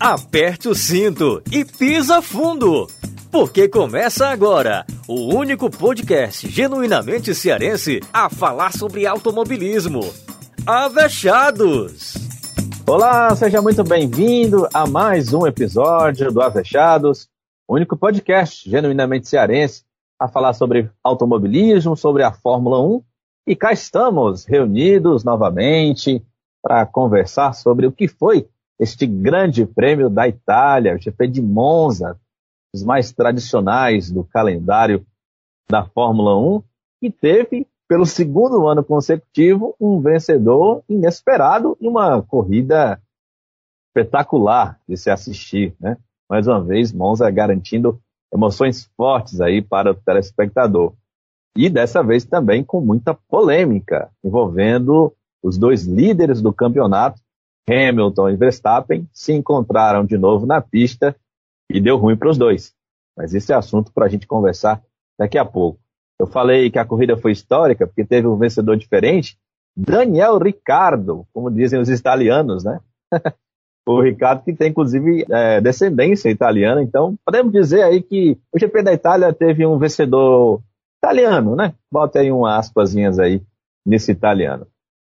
Aperte o cinto e pisa fundo, porque começa agora o único podcast genuinamente cearense a falar sobre automobilismo. Avechados! Olá, seja muito bem-vindo a mais um episódio do Avechados, o único podcast genuinamente cearense a falar sobre automobilismo, sobre a Fórmula 1. E cá estamos reunidos novamente para conversar sobre o que foi este grande prêmio da Itália, o GP de Monza, os mais tradicionais do calendário da Fórmula 1, que teve, pelo segundo ano consecutivo, um vencedor inesperado e uma corrida espetacular de se assistir, né? Mais uma vez, Monza garantindo emoções fortes aí para o telespectador. E dessa vez também com muita polêmica, envolvendo os dois líderes do campeonato, Hamilton e Verstappen, se encontraram de novo na pista e deu ruim para os dois. Mas esse é assunto para a gente conversar daqui a pouco. Eu falei que a corrida foi histórica porque teve um vencedor diferente, Daniel Ricciardo, como dizem os italianos, né? O Ricciardo que tem, inclusive, descendência italiana. Então, podemos dizer aí que o GP da Itália teve um vencedor italiano, né? Bota aí umas aspasinhas aí nesse italiano.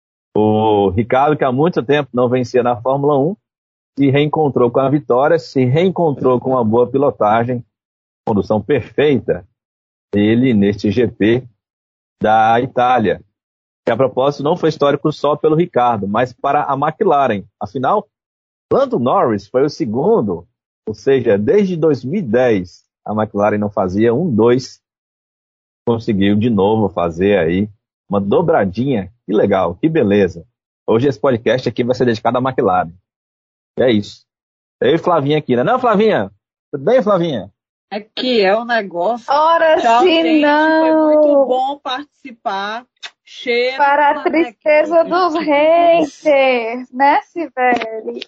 O Ricciardo, que há muito tempo não vencia na Fórmula 1, se reencontrou com a vitória, se reencontrou com uma boa pilotagem, condução perfeita, ele neste GP da Itália. Que, a propósito, não foi histórico só pelo Ricciardo, mas para a McLaren. Afinal, Lando Norris foi o segundo, ou seja, desde 2010 a McLaren não fazia 1-2, conseguiu de novo fazer aí uma dobradinha. Que legal, que beleza. Hoje esse podcast aqui vai ser dedicado à McLaren. É isso. Eu e Flavinha aqui, né? Não, Flavinha? Tudo bem, Flavinha? Aqui é o negócio. Ora, tchau, sim, gente. não. Foi muito bom participar. Cheiro. Para a tristeza dos haters, né, Sibeli?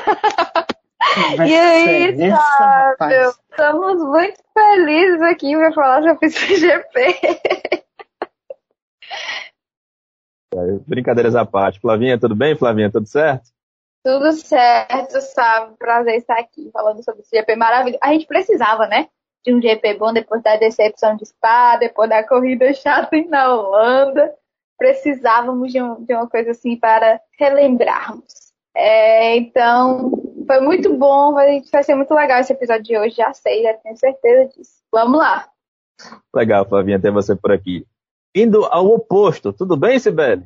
E aí, Sábio? Estamos muito felizes aqui para falar sobre esse GP. Brincadeiras à parte. Flavinha, tudo bem, Flavinha? Tudo certo? Tudo certo, Sábio. Prazer estar aqui falando sobre esse GP maravilhoso. A gente precisava, né? De um GP bom depois da decepção de Spa, depois da corrida chata na Holanda. Precisávamos de uma coisa assim para relembrarmos. Então, foi muito bom. Vai ser muito legal esse episódio de hoje. Já sei, já tenho certeza disso. Vamos lá. Legal, Flavinha, ter você por aqui. Indo ao oposto. Tudo bem, Sibeli?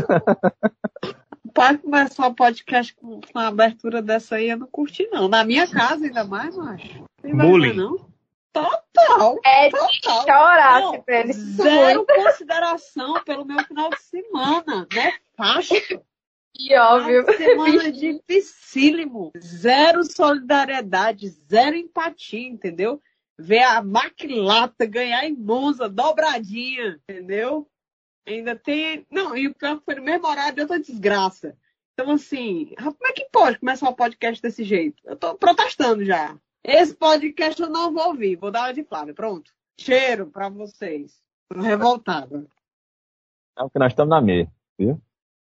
Para começar o podcast com uma abertura dessa aí, eu não curti, não. Na minha casa, ainda mais, macho. Bullying. Não? Total. Total. Chorar, não, Sibeli. Zero consideração pelo meu final de semana, né? Fácil. E óbvio. Semana dificílimo. Zero solidariedade, zero empatia, entendeu? Ver a Maquilata ganhar em Monza, dobradinha, entendeu? Ainda tem... Não, e o pior foi no mesmo horário de outra desgraça. Então, assim, como é que pode começar um podcast desse jeito? Eu tô protestando já. Esse podcast eu não vou ouvir. Vou dar uma de Flávia. Pronto. Cheiro pra vocês. Tô revoltada. É porque nós estamos na meia, viu?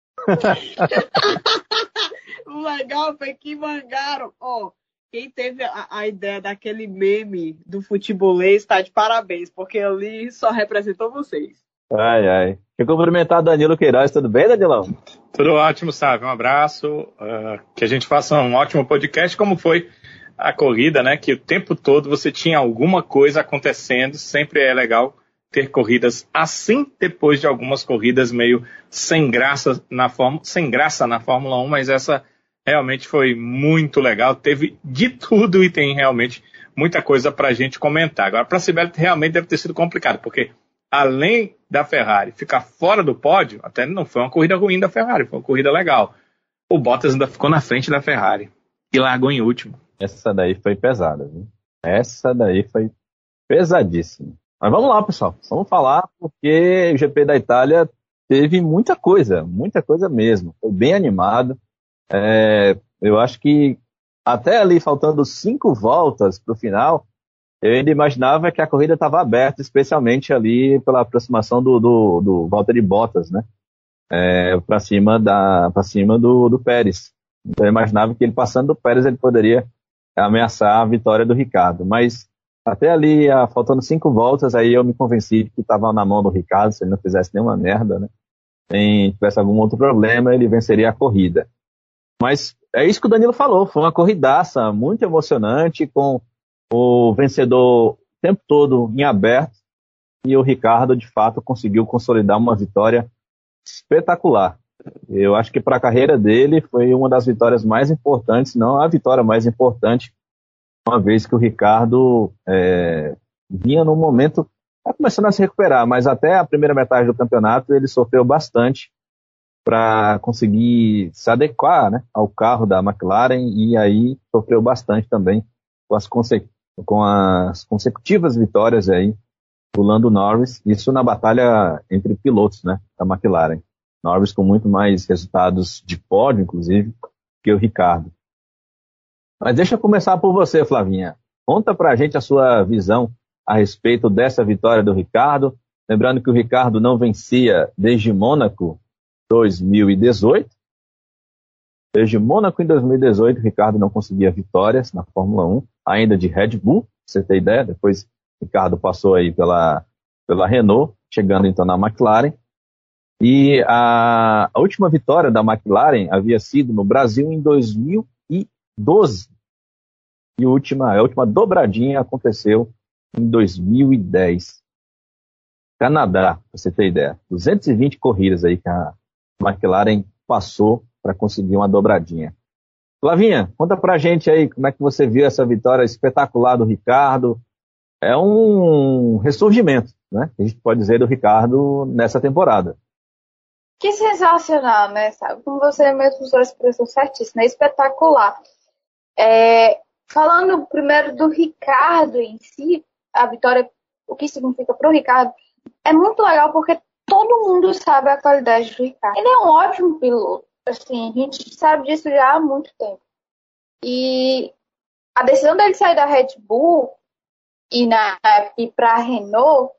O legal foi que mangaram. Ó, quem teve a ideia daquele meme do futebolês tá de parabéns, porque ali só representou vocês. Ai, ai. Deixa eu cumprimentar Danilo Queiroz. Tudo bem, Danilão? Tudo ótimo, sabe? Um abraço. Que a gente faça um ótimo podcast, como foi a corrida, né? Que o tempo todo você tinha alguma coisa acontecendo. Sempre é legal ter corridas assim, depois de algumas corridas meio sem graça na Fórmula 1, mas essa realmente foi muito legal. Teve de tudo e tem realmente muita coisa pra gente comentar. Agora, para a Sibeli realmente deve ter sido complicado, porque além da Ferrari ficar fora do pódio, até não foi uma corrida ruim da Ferrari, foi uma corrida legal. O Bottas ainda ficou na frente da Ferrari e largou em último. Essa daí foi pesada, viu? Essa daí foi pesadíssima. Mas vamos lá, pessoal. Vamos falar, porque o GP da Itália teve muita coisa mesmo. Foi bem animado. Eu acho que até ali, faltando 5 voltas para o final, eu ainda imaginava que a corrida estava aberta, especialmente ali pela aproximação do Valtteri Bottas, né? Para cima do Pérez. Então eu imaginava que ele passando do Pérez, ele poderia ameaçar a vitória do Ricardo. Mas até ali, faltando 5 voltas, aí eu me convenci de que estava na mão do Ricardo, se ele não fizesse nenhuma merda, né? Se tivesse algum outro problema, ele venceria a corrida. Mas é isso que o Danilo falou, foi uma corridaça muito emocionante, com o vencedor o tempo todo em aberto, e o Ricardo, de fato, conseguiu consolidar uma vitória espetacular. Eu acho que para a carreira dele foi uma das vitórias mais importantes, não a vitória mais importante, uma vez que o Ricardo vinha num momento, começando a se recuperar, mas até a primeira metade do campeonato ele sofreu bastante para conseguir se adequar, né, ao carro da McLaren, e aí sofreu bastante também com as consecutivas vitórias aí do Lando Norris, isso na batalha entre pilotos, né, da McLaren. Norris com muito mais resultados de pódio, inclusive, que o Ricardo. Mas deixa eu começar por você, Flavinha. Conta pra gente a sua visão a respeito dessa vitória do Ricardo. Lembrando que o Ricardo não vencia desde Mônaco 2018. Desde Mônaco em 2018, o Ricardo não conseguia vitórias na Fórmula 1, ainda de Red Bull, pra você ter ideia. Depois o Ricardo passou aí pela Renault, chegando então na McLaren. E a última vitória da McLaren havia sido no Brasil em 2012. E a última dobradinha aconteceu em 2010. Canadá, pra você ter ideia. 220 corridas aí que a McLaren passou para conseguir uma dobradinha. Flavinha, conta pra gente aí como é que você viu essa vitória espetacular do Ricardo. É um ressurgimento, né? A gente pode dizer do Ricardo nessa temporada. Que sensacional, né? Sabe? Como você mesmo usou a expressão certíssima, é espetacular. Falando primeiro do Ricardo em si, a vitória, o que significa para o Ricardo, é muito legal porque todo mundo sabe a qualidade do Ricardo. Ele é um ótimo piloto, assim, a gente sabe disso já há muito tempo. E a decisão dele sair da Red Bull e para a Renault,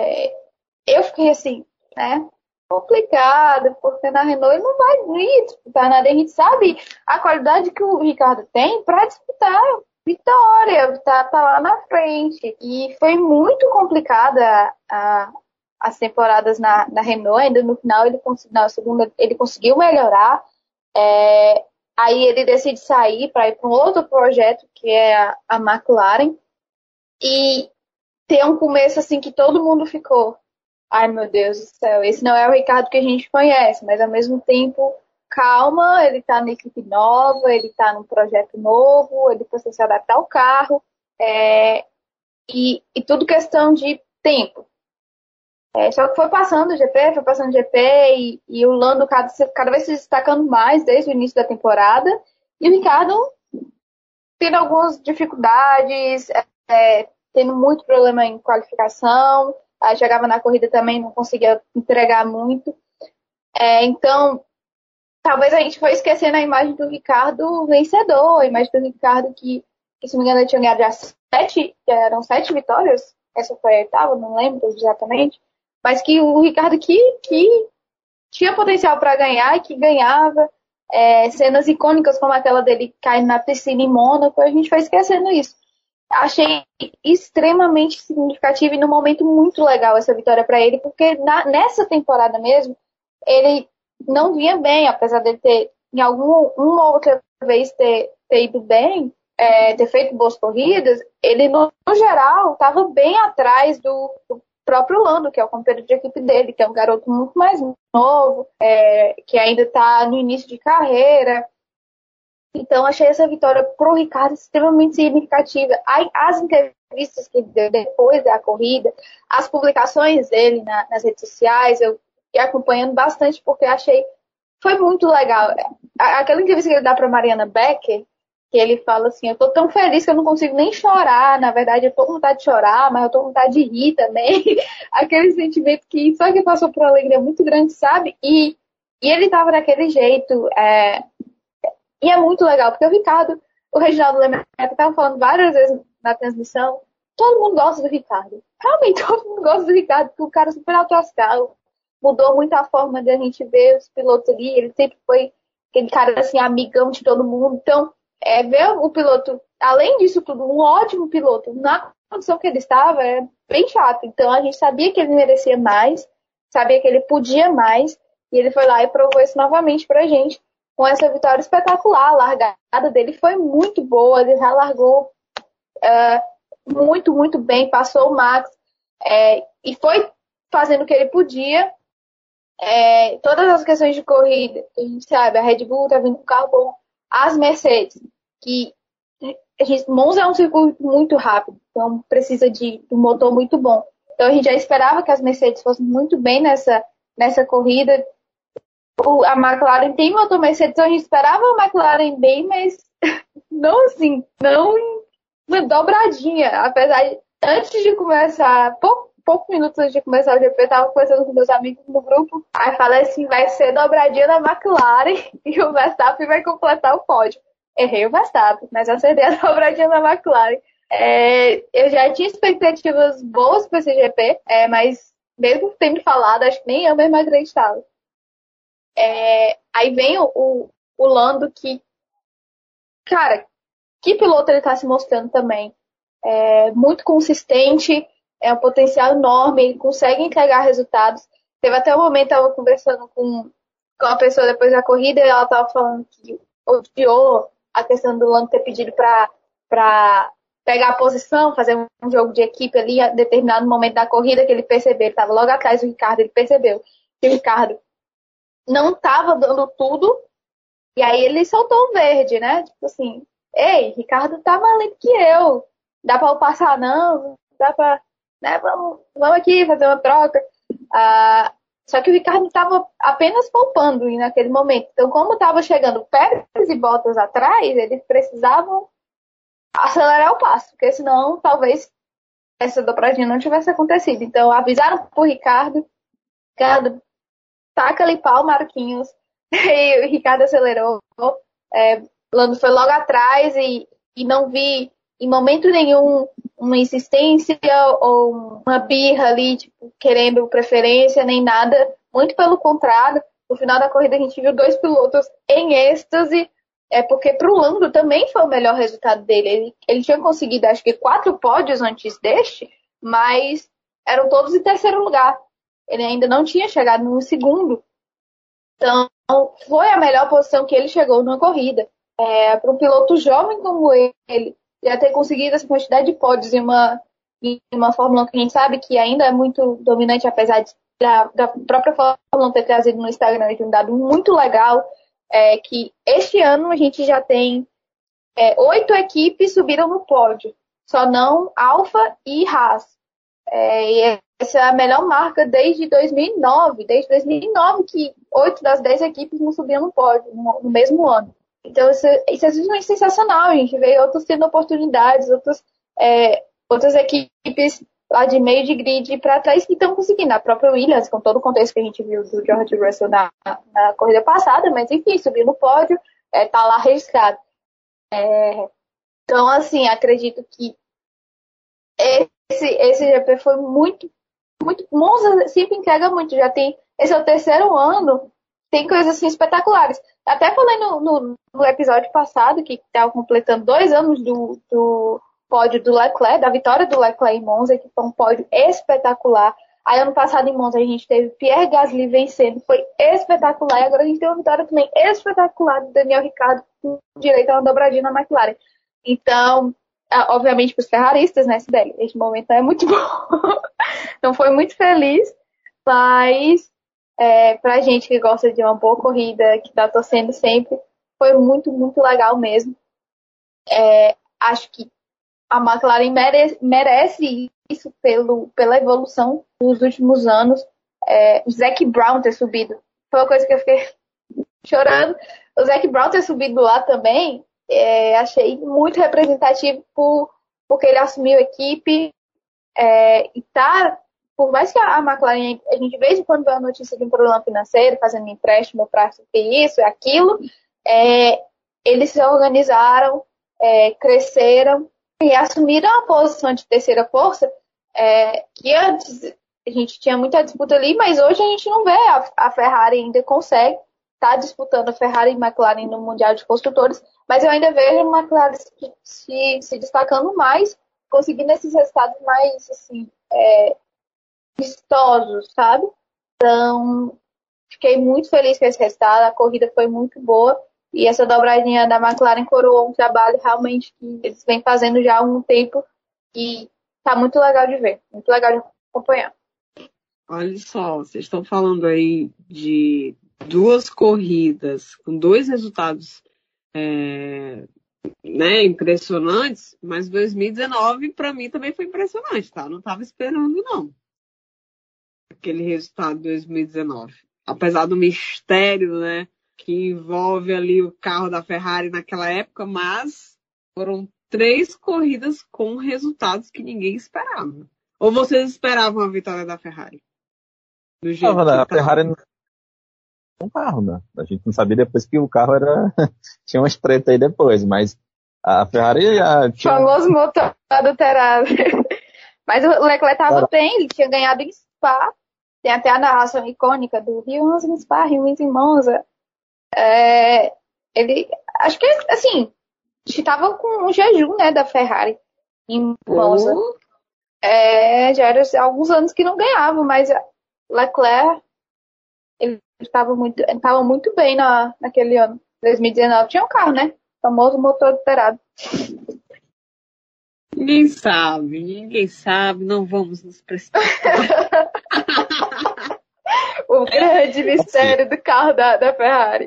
eu fiquei assim, né? Complicado, porque na Renault ele não vai disputar nada. A gente sabe a qualidade que o Ricardo tem para disputar vitória, tá lá na frente. E foi muito complicada as temporadas na Renault. Ainda no final, na segunda, ele conseguiu melhorar. Aí ele decide sair para ir para um outro projeto, que é a McLaren. E ter um começo assim que todo mundo ficou: ai, meu Deus do céu, esse não é o Ricardo que a gente conhece, mas ao mesmo tempo, calma, ele tá na equipe nova, ele tá num projeto novo, ele precisa se adaptar ao carro, e tudo questão de tempo. Só que foi passando o GP, e o Lando cada vez se destacando mais desde o início da temporada, e o Ricardo tendo algumas dificuldades, tendo muito problema em qualificação. Chegava na corrida também, não conseguia entregar muito. Então, talvez a gente foi esquecendo a imagem do Ricardo vencedor, a imagem do Ricardo que se não me engano, ele tinha ganhado eram 7 vitórias. Essa foi a 8ª, não lembro exatamente. Mas que o Ricardo que tinha potencial para ganhar e que ganhava. Cenas icônicas como aquela dele caindo na piscina em Mônaco, a gente foi esquecendo isso. Achei extremamente significativo e num momento muito legal essa vitória para ele, porque nessa temporada mesmo, ele não vinha bem, apesar dele ter, em uma outra vez, ter ido bem, ter feito boas corridas, ele, no geral, estava bem atrás do próprio Lando, que é o companheiro de equipe dele, que é um garoto muito mais novo, que ainda está no início de carreira. Então, achei essa vitória pro Ricardo extremamente significativa. As entrevistas que ele deu depois da corrida, as publicações dele nas redes sociais, eu ia acompanhando bastante porque achei foi muito legal. Aquela entrevista que ele dá para Mariana Becker, que ele fala assim: eu tô tão feliz que eu não consigo nem chorar. Na verdade, eu tô com vontade de chorar, mas eu tô com vontade de rir também. Aquele sentimento que só que passou por uma alegria muito grande, sabe? E ele tava daquele jeito. E é muito legal, porque o Reginaldo Lemaitre estava falando várias vezes na transmissão, todo mundo gosta do Ricardo. Realmente, todo mundo gosta do Ricardo, porque o cara é super alto astral. Mudou muito a forma de a gente ver os pilotos ali. Ele sempre foi aquele cara, assim, amigão de todo mundo. Então, ver o piloto, além disso tudo, um ótimo piloto, na condição que ele estava, é bem chato. Então a gente sabia que ele merecia mais, sabia que ele podia mais, e ele foi lá e provou isso novamente pra gente, com essa vitória espetacular. A largada dele foi muito boa, ele já largou muito, muito bem, passou o Max, e foi fazendo o que ele podia. Todas as questões de corrida, a gente sabe, a Red Bull tá vindo com carro bom, as Mercedes, que Monza é um circuito muito rápido, então precisa de um motor muito bom. Então a gente já esperava que as Mercedes fossem muito bem nessa corrida. A McLaren tem motor Mercedes, então a gente esperava a McLaren bem, mas não assim, não uma dobradinha. Apesar de, antes de começar, poucos minutos antes de começar o GP, eu tava conversando com meus amigos no grupo, aí falei assim, vai ser dobradinha da McLaren e o Verstappen vai completar o pódio. Errei o Verstappen, mas acertei a dobradinha da McLaren. Eu já tinha expectativas boas para esse GP, mas mesmo tendo falado, acho que nem eu mesmo acreditava. Aí vem o Lando, que, cara, que piloto ele tá se mostrando também. Muito consistente, um potencial enorme, ele consegue entregar resultados. Teve até um momento, eu estava conversando com uma pessoa depois da corrida, e ela estava falando que odiou a questão do Lando ter pedido para pegar a posição, fazer um jogo de equipe ali, a determinado momento da corrida, que ele percebeu, ele estava logo atrás do Ricardo, ele percebeu que o Ricardo não estava dando tudo, e aí ele soltou um verde, né? Tipo assim, ei, Ricardo tá mais lento que eu, dá para eu passar não? Dá para, né? Vamos aqui fazer uma troca. Só que o Ricardo estava apenas poupando naquele momento. Então, como estava chegando Pérez e Bottas atrás, eles precisavam acelerar o passo, porque senão talvez essa dobradinha não tivesse acontecido. Então, avisaram pro Ricardo, taca ali pau, Marquinhos. E o Ricardo acelerou. Lando foi logo atrás e não vi em momento nenhum uma insistência ou uma birra ali, tipo, querendo preferência, nem nada. Muito pelo contrário, no final da corrida a gente viu 2 pilotos em êxtase, porque pro Lando também foi o melhor resultado dele. Ele tinha conseguido, acho que 4 pódios antes deste, mas eram todos em terceiro lugar. Ele ainda não tinha chegado no segundo. Então, foi a melhor posição que ele chegou numa corrida. Para um piloto jovem como ele, já ter conseguido essa quantidade de pódios em uma Fórmula 1 que a gente sabe que ainda é muito dominante, apesar da própria Fórmula 1 ter trazido no Instagram um dado muito legal, que este ano a gente já tem 8 equipes subiram no pódio, só não Alfa e Haas. E essa é a melhor marca desde 2009. Desde 2009 que 8 das 10 equipes não subiam no pódio no mesmo ano. Então isso é simplesmente sensacional. A gente vê outros tendo oportunidades, outras equipes lá de meio de grid para trás que estão conseguindo. A própria Williams, com todo o contexto que a gente viu do George Russell na corrida passada, mas enfim, subiu no pódio, tá lá registrado. Então, assim, acredito que esse GP foi muito, muito. Monza sempre entrega muito. Esse é o terceiro ano, tem coisas assim espetaculares. Até falei no episódio passado, que estava completando 2 anos do pódio do Leclerc, da vitória do Leclerc em Monza, que foi um pódio espetacular. Aí ano passado em Monza a gente teve Pierre Gasly vencendo, foi espetacular. E agora a gente tem uma vitória também espetacular do Daniel Ricciardo, com direito a uma dobradinha na McLaren. Então, obviamente para os ferraristas, né, Sibeli? Este momento não é muito bom. Não foi muito feliz, mas pra gente que gosta de uma boa corrida, que tá torcendo sempre, foi muito, muito legal mesmo. Acho que a McLaren merece isso pela evolução dos últimos anos. O Zac Brown ter subido foi uma coisa que eu fiquei chorando. O Zac Brown ter subido lá também, achei muito representativo porque ele assumiu a equipe e tá. Por mais que a McLaren, a gente de vez em quando vê a notícia de um problema financeiro, fazendo empréstimo para isso e aquilo, eles se organizaram, cresceram e assumiram a posição de terceira força, que antes a gente tinha muita disputa ali, mas hoje a gente não vê. A Ferrari ainda consegue está disputando a Ferrari e McLaren no Mundial de Construtores, mas eu ainda vejo a McLaren se destacando mais, conseguindo esses resultados mais, assim, vistosos, sabe? Então, fiquei muito feliz com esse resultado, a corrida foi muito boa, e essa dobradinha da McLaren coroou um trabalho realmente que eles vêm fazendo já há um tempo, e tá muito legal de ver, muito legal de acompanhar. Olha só, vocês estão falando aí de 2 corridas com 2 resultados impressionantes, mas 2019 para mim também foi impressionante, tá? Não estava esperando, não. Aquele resultado de 2019. Apesar do mistério, né, que envolve ali o carro da Ferrari naquela época, mas foram 3 corridas com resultados que ninguém esperava. Ou vocês esperavam a vitória da Ferrari? Do jeito A Ferrari não um carro, né? A gente não sabia depois que o carro tinha umas treta aí depois, mas a Ferrari já tinha... Famoso motor adulterado. Mas o Leclerc estava bem, ele tinha ganhado em Spa. Tem até a narração icônica do Rio 11 em Spa, Rio 11 em Monza. Ele, acho que, assim, estava com um jejum, né, da Ferrari em Monza. Já era alguns anos que não ganhava, mas Leclerc, ele estava muito bem naquele ano. 2019 tinha um carro, né? O famoso motor adulterado. Ninguém sabe, não vamos nos precipitar. O grande mistério do carro da Ferrari.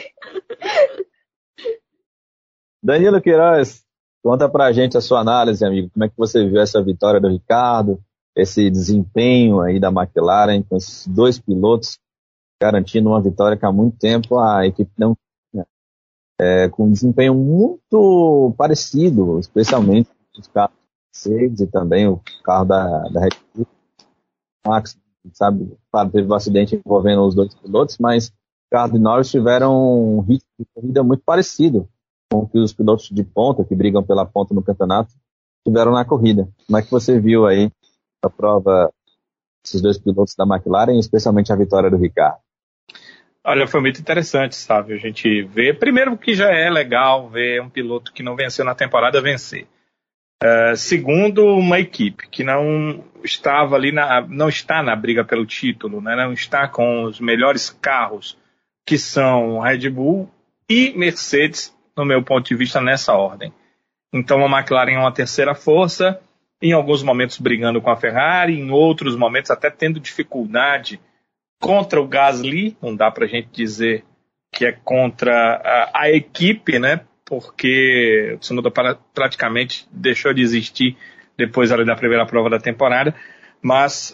Danilo Queiroz, conta pra gente a sua análise, amigo. Como é que você viu essa vitória do Ricardo, esse desempenho aí da McLaren, com esses 2 pilotos garantindo uma vitória que há muito tempo a equipe não tinha. Com um desempenho muito parecido, especialmente os carros da Mercedes e também o carro da Red Bull. Max, sabe, claro, teve um acidente envolvendo os 2 pilotos, mas Ricardo e Norris tiveram um ritmo de corrida muito parecido com o que os pilotos de ponta, que brigam pela ponta no campeonato, tiveram na corrida. Como é que você viu aí a prova desses 2 pilotos da McLaren, especialmente a vitória do Ricardo? Olha, foi muito interessante, sabe? A gente vê, primeiro que já é legal ver um piloto que não venceu na temporada vencer. Segundo, uma equipe que não estava ali, não está na briga pelo título, né? Não está com os melhores carros, que são Red Bull e Mercedes, no meu ponto de vista, nessa ordem. Então a McLaren é uma terceira força, em alguns momentos brigando com a Ferrari, em outros momentos até tendo dificuldade contra o Gasly, não dá para a gente dizer que é contra a equipe, né? Porque o Tsunoda praticamente deixou de existir depois ali da primeira prova da temporada, mas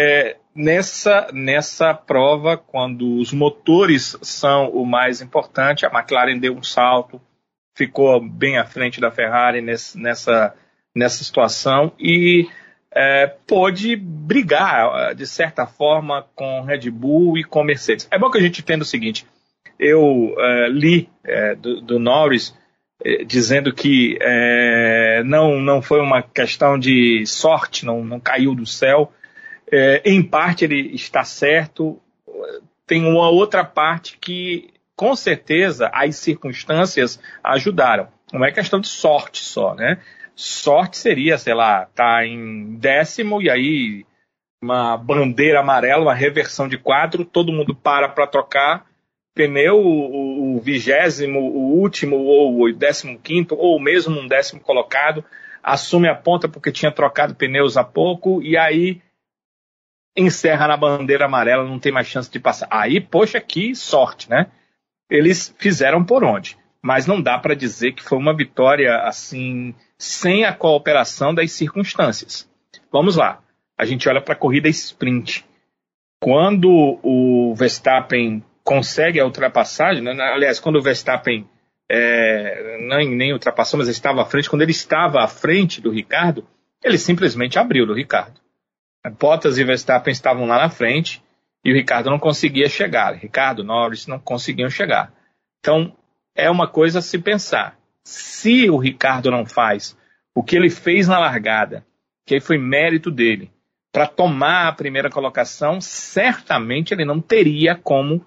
nessa prova, quando os motores são o mais importante, a McLaren deu um salto, ficou bem à frente da Ferrari nessa situação e pôde brigar, de certa forma, com Red Bull e com Mercedes. É bom que a gente entenda o seguinte, eu li do Norris dizendo que não foi uma questão de sorte, não caiu do céu. Em parte ele está certo, tem uma outra parte que, com certeza, as circunstâncias ajudaram. Não é questão de sorte só, né? Sorte seria, sei lá, tá em 10º e aí uma bandeira amarela, uma reversão de quadro, todo mundo para trocar pneu, o 20º, o último, ou o 15º, ou mesmo um 10º colocado, assume a ponta porque tinha trocado pneus há pouco e aí encerra na bandeira amarela, não tem mais chance de passar. Aí, poxa, que sorte, né? Eles fizeram por onde, mas não dá para dizer que foi uma vitória assim, sem a cooperação das circunstâncias. Vamos lá, a gente olha para a corrida sprint. Quando o Verstappen consegue a ultrapassagem, né? Aliás, quando o Verstappen nem ultrapassou, mas estava à frente, quando ele estava à frente do Ricardo, ele simplesmente abriu do Ricardo. Bottas e Verstappen estavam lá na frente e o Ricardo não conseguia chegar. Ricardo, Norris não conseguiam chegar. Então, é uma coisa a se pensar. Se o Ricardo não faz o que ele fez na largada, que aí foi mérito dele, para tomar a primeira colocação, certamente ele não teria como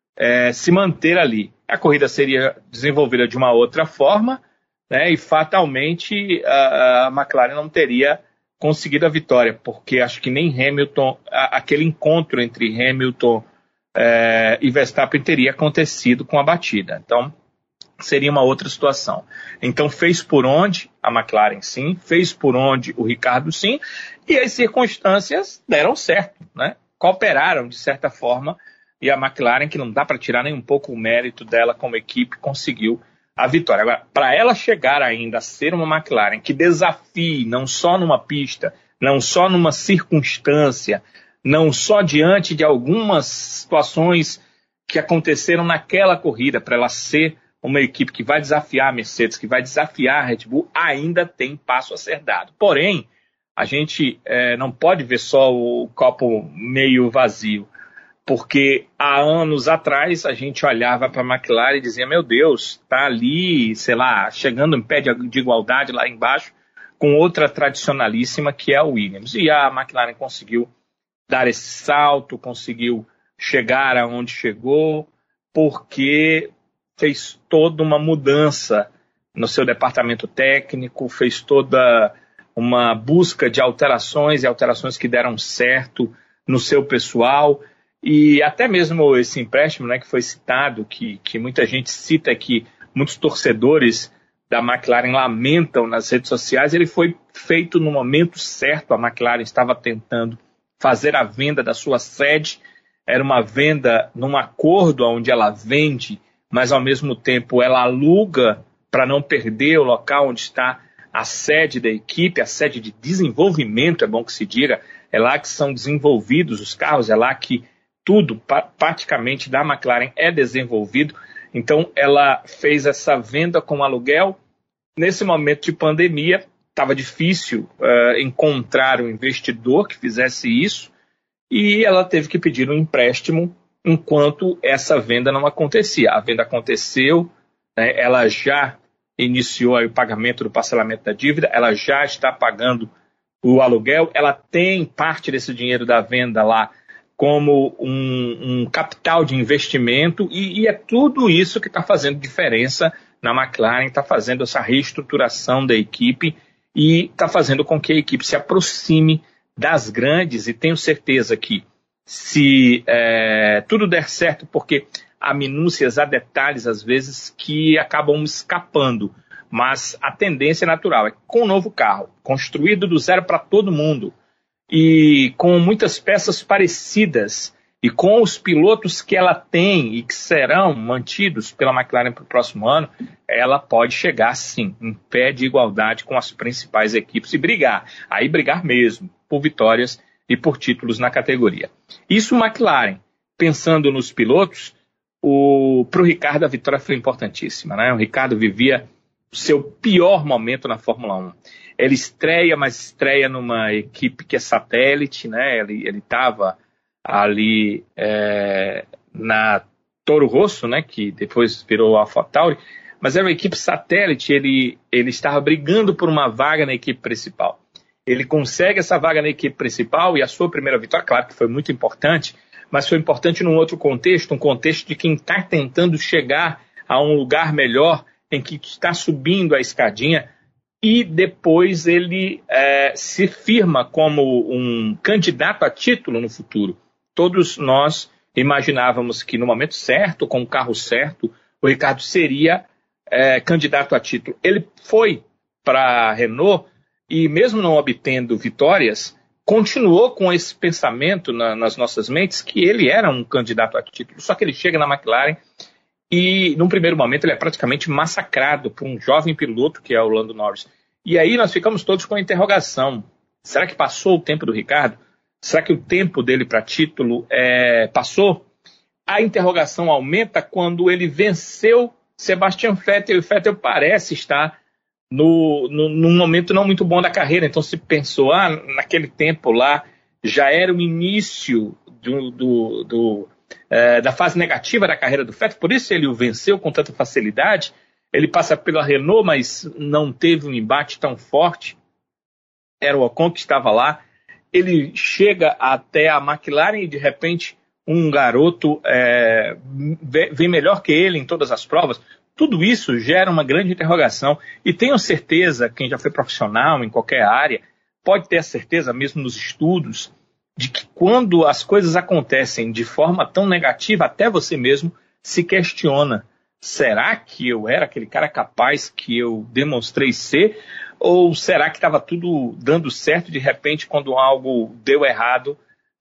se manter ali. A corrida seria desenvolvida de uma outra forma, né, e fatalmente a McLaren não teria conseguido a vitória, porque acho que nem Hamilton, aquele encontro entre Hamilton e Verstappen teria acontecido com a batida. Então, seria uma outra situação. Então, fez por onde a McLaren sim, fez por onde o Ricardo sim, e as circunstâncias deram certo, né? Cooperaram de certa forma, e a McLaren, que não dá para tirar nem um pouco o mérito dela como equipe, conseguiu a vitória. Agora, para ela chegar ainda a ser uma McLaren que desafie, não só numa pista, não só numa circunstância, não só diante de algumas situações que aconteceram naquela corrida, para ela ser uma equipe que vai desafiar a Mercedes, que vai desafiar a Red Bull, ainda tem passo a ser dado. Porém, a gente não pode ver só o copo meio vazio, porque há anos atrás a gente olhava para a McLaren e dizia, meu Deus, está ali, sei lá, chegando em pé de igualdade lá embaixo, com outra tradicionalíssima que é a Williams. E a McLaren conseguiu dar esse salto, conseguiu chegar aonde chegou, porque fez toda uma mudança no seu departamento técnico, fez toda uma busca de alterações, e alterações que deram certo no seu pessoal. E até mesmo esse empréstimo, né, que foi citado, que muita gente cita, que muitos torcedores da McLaren lamentam nas redes sociais, ele foi feito no momento certo. A McLaren estava tentando fazer a venda da sua sede, era uma venda num acordo onde ela vende, mas ao mesmo tempo ela aluga para não perder o local onde está a sede da equipe, a sede de desenvolvimento, é bom que se diga, é lá que são desenvolvidos os carros, é lá que tudo praticamente da McLaren é desenvolvido. Então ela fez essa venda com aluguel. Nesse momento de pandemia, estava difícil encontrar um investidor que fizesse isso, e ela teve que pedir um empréstimo enquanto essa venda não acontecia. A venda aconteceu, né, ela já iniciou aí o pagamento do parcelamento da dívida, ela já está pagando o aluguel, ela tem parte desse dinheiro da venda lá como um capital de investimento, e é tudo isso que está fazendo diferença na McLaren, está fazendo essa reestruturação da equipe e está fazendo com que a equipe se aproxime das grandes, e tenho certeza que se tudo der certo, porque há minúcias, há detalhes às vezes que acabam escapando, mas a tendência natural é com um novo carro, construído do zero para todo mundo, e com muitas peças parecidas, e com os pilotos que ela tem e que serão mantidos pela McLaren para o próximo ano, ela pode chegar, sim, em pé de igualdade com as principais equipes e brigar, aí brigar mesmo, por vitórias e por títulos na categoria. Isso McLaren, pensando nos pilotos, para o Ricardo a vitória foi importantíssima, né? O Ricardo vivia o seu pior momento na Fórmula 1. Ele estreia, mas estreia numa equipe que é satélite, né? Ele estava ali na Toro Rosso, né? Que depois virou AlphaTauri, mas era uma equipe satélite. Ele estava brigando por uma vaga na equipe principal. Ele consegue essa vaga na equipe principal, e a sua primeira vitória, claro que foi muito importante, mas foi importante num outro contexto, um contexto de quem está tentando chegar a um lugar melhor, em que está subindo a escadinha, e depois ele se firma como um candidato a título no futuro. Todos nós imaginávamos que no momento certo, com o carro certo, o Ricardo seria candidato a título. Ele foi para a Renault e, mesmo não obtendo vitórias, continuou com esse pensamento nas nossas mentes que ele era um candidato a título. Só que ele chega na McLaren e, num primeiro momento, ele é praticamente massacrado por um jovem piloto, que é o Lando Norris. E aí nós ficamos todos com a interrogação. Será que passou o tempo do Ricardo? Será que o tempo dele para título passou? A interrogação aumenta quando ele venceu Sebastian Vettel, e o Vettel parece estar num momento não muito bom da carreira. Então se pensou, naquele tempo lá já era o início da fase negativa da carreira do Vettel, por isso ele o venceu com tanta facilidade. Ele passa pela Renault, mas não teve um embate tão forte, era o Ocon que estava lá. Ele chega até a McLaren e, de repente, um garoto vem melhor que ele em todas as provas. Tudo isso gera uma grande interrogação e tenho certeza, quem já foi profissional em qualquer área, pode ter a certeza, mesmo nos estudos, de que quando as coisas acontecem de forma tão negativa, até você mesmo se questiona. Será que eu era aquele cara capaz que eu demonstrei ser? Ou será que estava tudo dando certo de repente quando algo deu errado?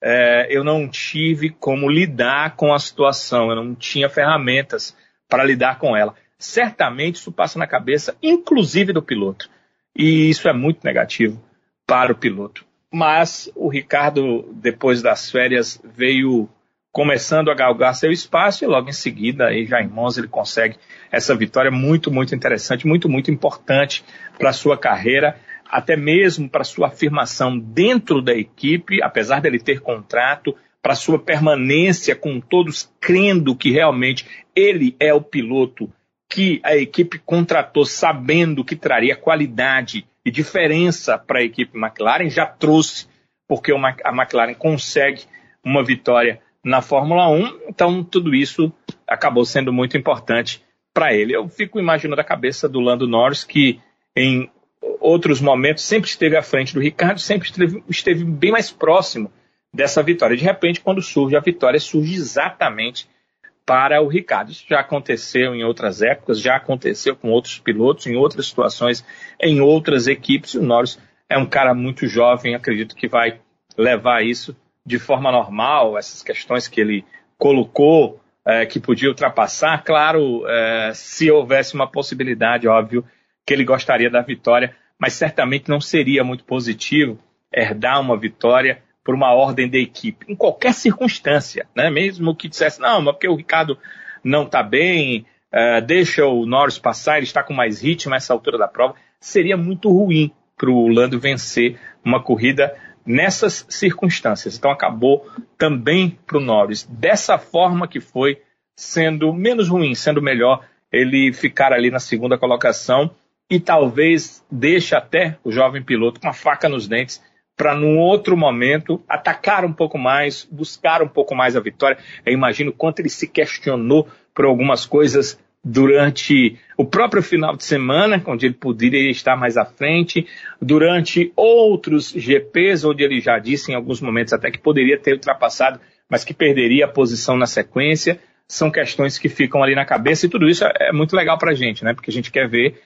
Eu não tive como lidar com a situação, eu não tinha ferramentas para lidar com ela. Certamente isso passa na cabeça, inclusive do piloto. E isso é muito negativo para o piloto. Mas o Ricardo, depois das férias, veio começando a galgar seu espaço e logo em seguida, aí já em Monza, ele consegue essa vitória muito, muito interessante, muito, muito importante para a sua carreira, até mesmo para a sua afirmação dentro da equipe, apesar dele ter contrato, para a sua permanência com todos crendo que realmente ele é o piloto que a equipe contratou sabendo que traria qualidade e diferença para a equipe McLaren, já trouxe, porque a McLaren consegue uma vitória na Fórmula 1, então tudo isso acabou sendo muito importante para ele. Eu fico imaginando a cabeça do Lando Norris, que em outros momentos sempre esteve à frente do Ricardo, sempre esteve bem mais próximo dessa vitória. De repente, quando surge a vitória, surge exatamente para o Ricardo. Isso já aconteceu em outras épocas, já aconteceu com outros pilotos, em outras situações, em outras equipes, e o Norris é um cara muito jovem, acredito que vai levar isso de forma normal, essas questões que ele colocou, que podia ultrapassar, claro, se houvesse uma possibilidade, óbvio, que ele gostaria da vitória, mas certamente não seria muito positivo herdar uma vitória por uma ordem da equipe, em qualquer circunstância, né? Mesmo que dissesse, não, mas porque o Ricardo não está bem, deixa o Norris passar, ele está com mais ritmo nessa altura da prova, seria muito ruim para o Lando vencer uma corrida nessas circunstâncias. Então acabou também para o Norris, dessa forma que foi, sendo menos ruim, sendo melhor ele ficar ali na segunda colocação e talvez deixe até o jovem piloto com a faca nos dentes para num outro momento atacar um pouco mais, buscar um pouco mais a vitória. Eu imagino quanto ele se questionou por algumas coisas durante o próprio final de semana, onde ele poderia estar mais à frente, durante outros GPs, onde ele já disse em alguns momentos até que poderia ter ultrapassado, mas que perderia a posição na sequência. São questões que ficam ali na cabeça e tudo isso é muito legal para a gente, né? Porque a gente quer ver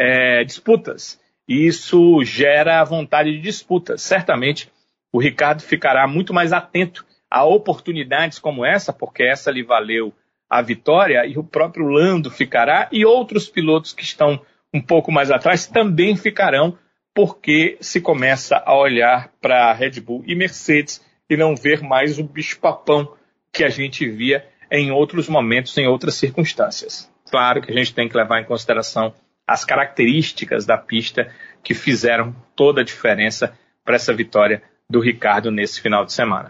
disputas. E isso gera vontade de disputa. Certamente o Ricardo ficará muito mais atento a oportunidades como essa, porque essa lhe valeu a vitória, e o próprio Lando ficará, e outros pilotos que estão um pouco mais atrás também ficarão, porque se começa a olhar para Red Bull e Mercedes e não ver mais o bicho-papão que a gente via em outros momentos, em outras circunstâncias. Claro que a gente tem que levar em consideração as características da pista que fizeram toda a diferença para essa vitória do Ricardo nesse final de semana.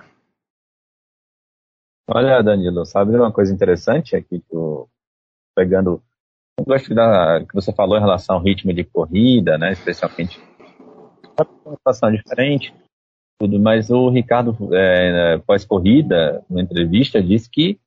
Olha, Danilo, sabe uma coisa interessante aqui, pegando o que você falou em relação ao ritmo de corrida, né, especialmente uma situação diferente, tudo, mas o Ricardo, pós-corrida, numa entrevista, disse que,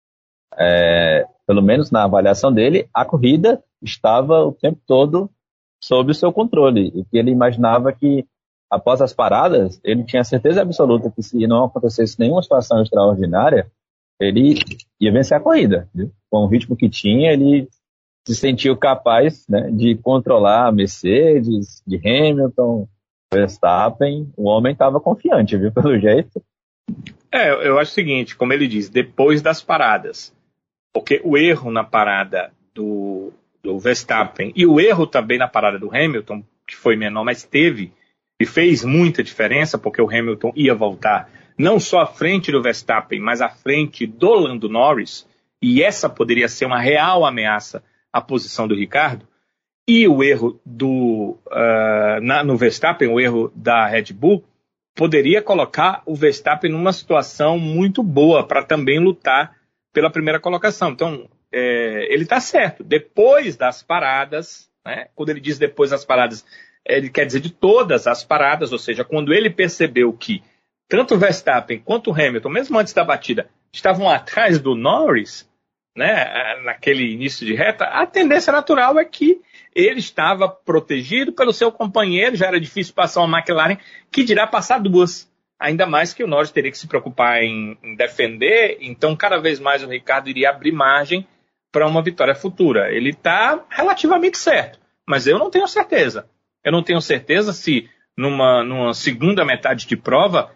pelo menos na avaliação dele, a corrida estava o tempo todo sob o seu controle, e que ele imaginava que, após as paradas, ele tinha certeza absoluta que se não acontecesse nenhuma situação extraordinária, ele ia vencer a corrida, viu? Com o ritmo que tinha, ele se sentiu capaz, né, de controlar a Mercedes, de Hamilton, Verstappen. O homem estava confiante, viu, pelo jeito. Eu acho o seguinte, como ele diz, depois das paradas, porque o erro na parada do Verstappen e o erro também na parada do Hamilton, que foi menor, mas teve e fez muita diferença, porque o Hamilton ia voltar não só à frente do Verstappen, mas à frente do Lando Norris, e essa poderia ser uma real ameaça à posição do Ricardo, e o erro no Verstappen, o erro da Red Bull, poderia colocar o Verstappen numa situação muito boa para também lutar pela primeira colocação. Então, ele está certo. Depois das paradas, né, quando ele diz depois das paradas, ele quer dizer de todas as paradas, ou seja, quando ele percebeu que tanto o Verstappen quanto o Hamilton, mesmo antes da batida, estavam atrás do Norris, né, naquele início de reta, a tendência natural é que ele estava protegido pelo seu companheiro, já era difícil passar uma McLaren, que dirá passar duas. Ainda mais que o Norris teria que se preocupar em defender, então cada vez mais o Ricciardo iria abrir margem para uma vitória futura. Ele está relativamente certo, mas eu não tenho certeza. Eu não tenho certeza se numa segunda metade de prova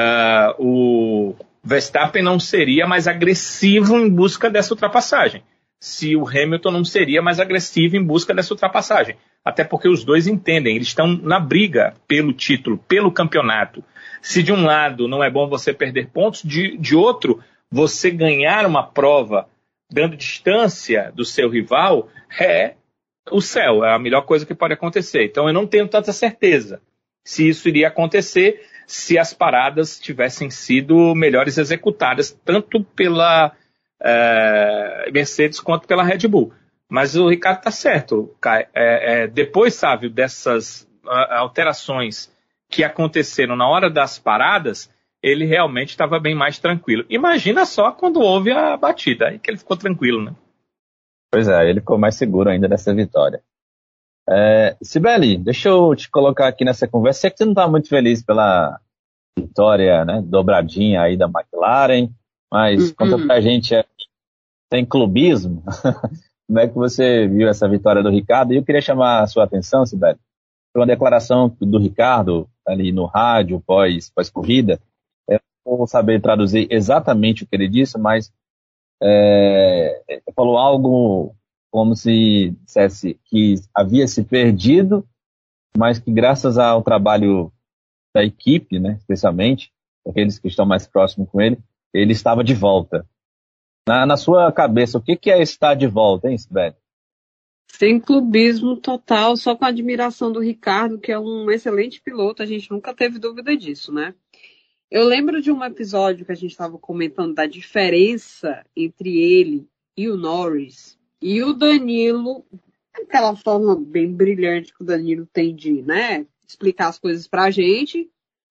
o Verstappen não seria mais agressivo em busca dessa ultrapassagem. Se o Hamilton não seria mais agressivo em busca dessa ultrapassagem. Até porque os dois entendem, eles estão na briga pelo título, pelo campeonato. Se de um lado não é bom você perder pontos, de outro, você ganhar uma prova dando distância do seu rival é o céu, é a melhor coisa que pode acontecer. Então eu não tenho tanta certeza se isso iria acontecer se as paradas tivessem sido melhores executadas, tanto pela Mercedes quanto pela Red Bull. Mas o Ricardo está certo, Kai. Depois, sabe, dessas alterações que aconteceram na hora das paradas, ele realmente estava bem mais tranquilo. Imagina só quando houve a batida, aí que ele ficou tranquilo, né? Pois é, ele ficou mais seguro ainda dessa vitória. Sibeli, deixa eu te colocar aqui nessa conversa. Sei que você não está muito feliz pela vitória, né, dobradinha aí da McLaren, mas conta pra gente, tem clubismo? Como é que você viu essa vitória do Ricardo? E eu queria chamar a sua atenção, Sibeli, para uma declaração do Ricardo ali no rádio pós-corrida. Eu não vou saber traduzir exatamente o que ele disse, mas ele falou algo como se dissesse que havia se perdido, mas que graças ao trabalho da equipe, né, especialmente aqueles que estão mais próximos com ele estava de volta. Na sua cabeça, o que é estar de volta, hein, Sibeli? Sem clubismo total, só com a admiração do Ricardo, que é um excelente piloto, a gente nunca teve dúvida disso, né? Eu lembro de um episódio que a gente estava comentando da diferença entre ele e o Norris, e o Danilo, aquela forma bem brilhante que o Danilo tem de, né, explicar as coisas pra gente,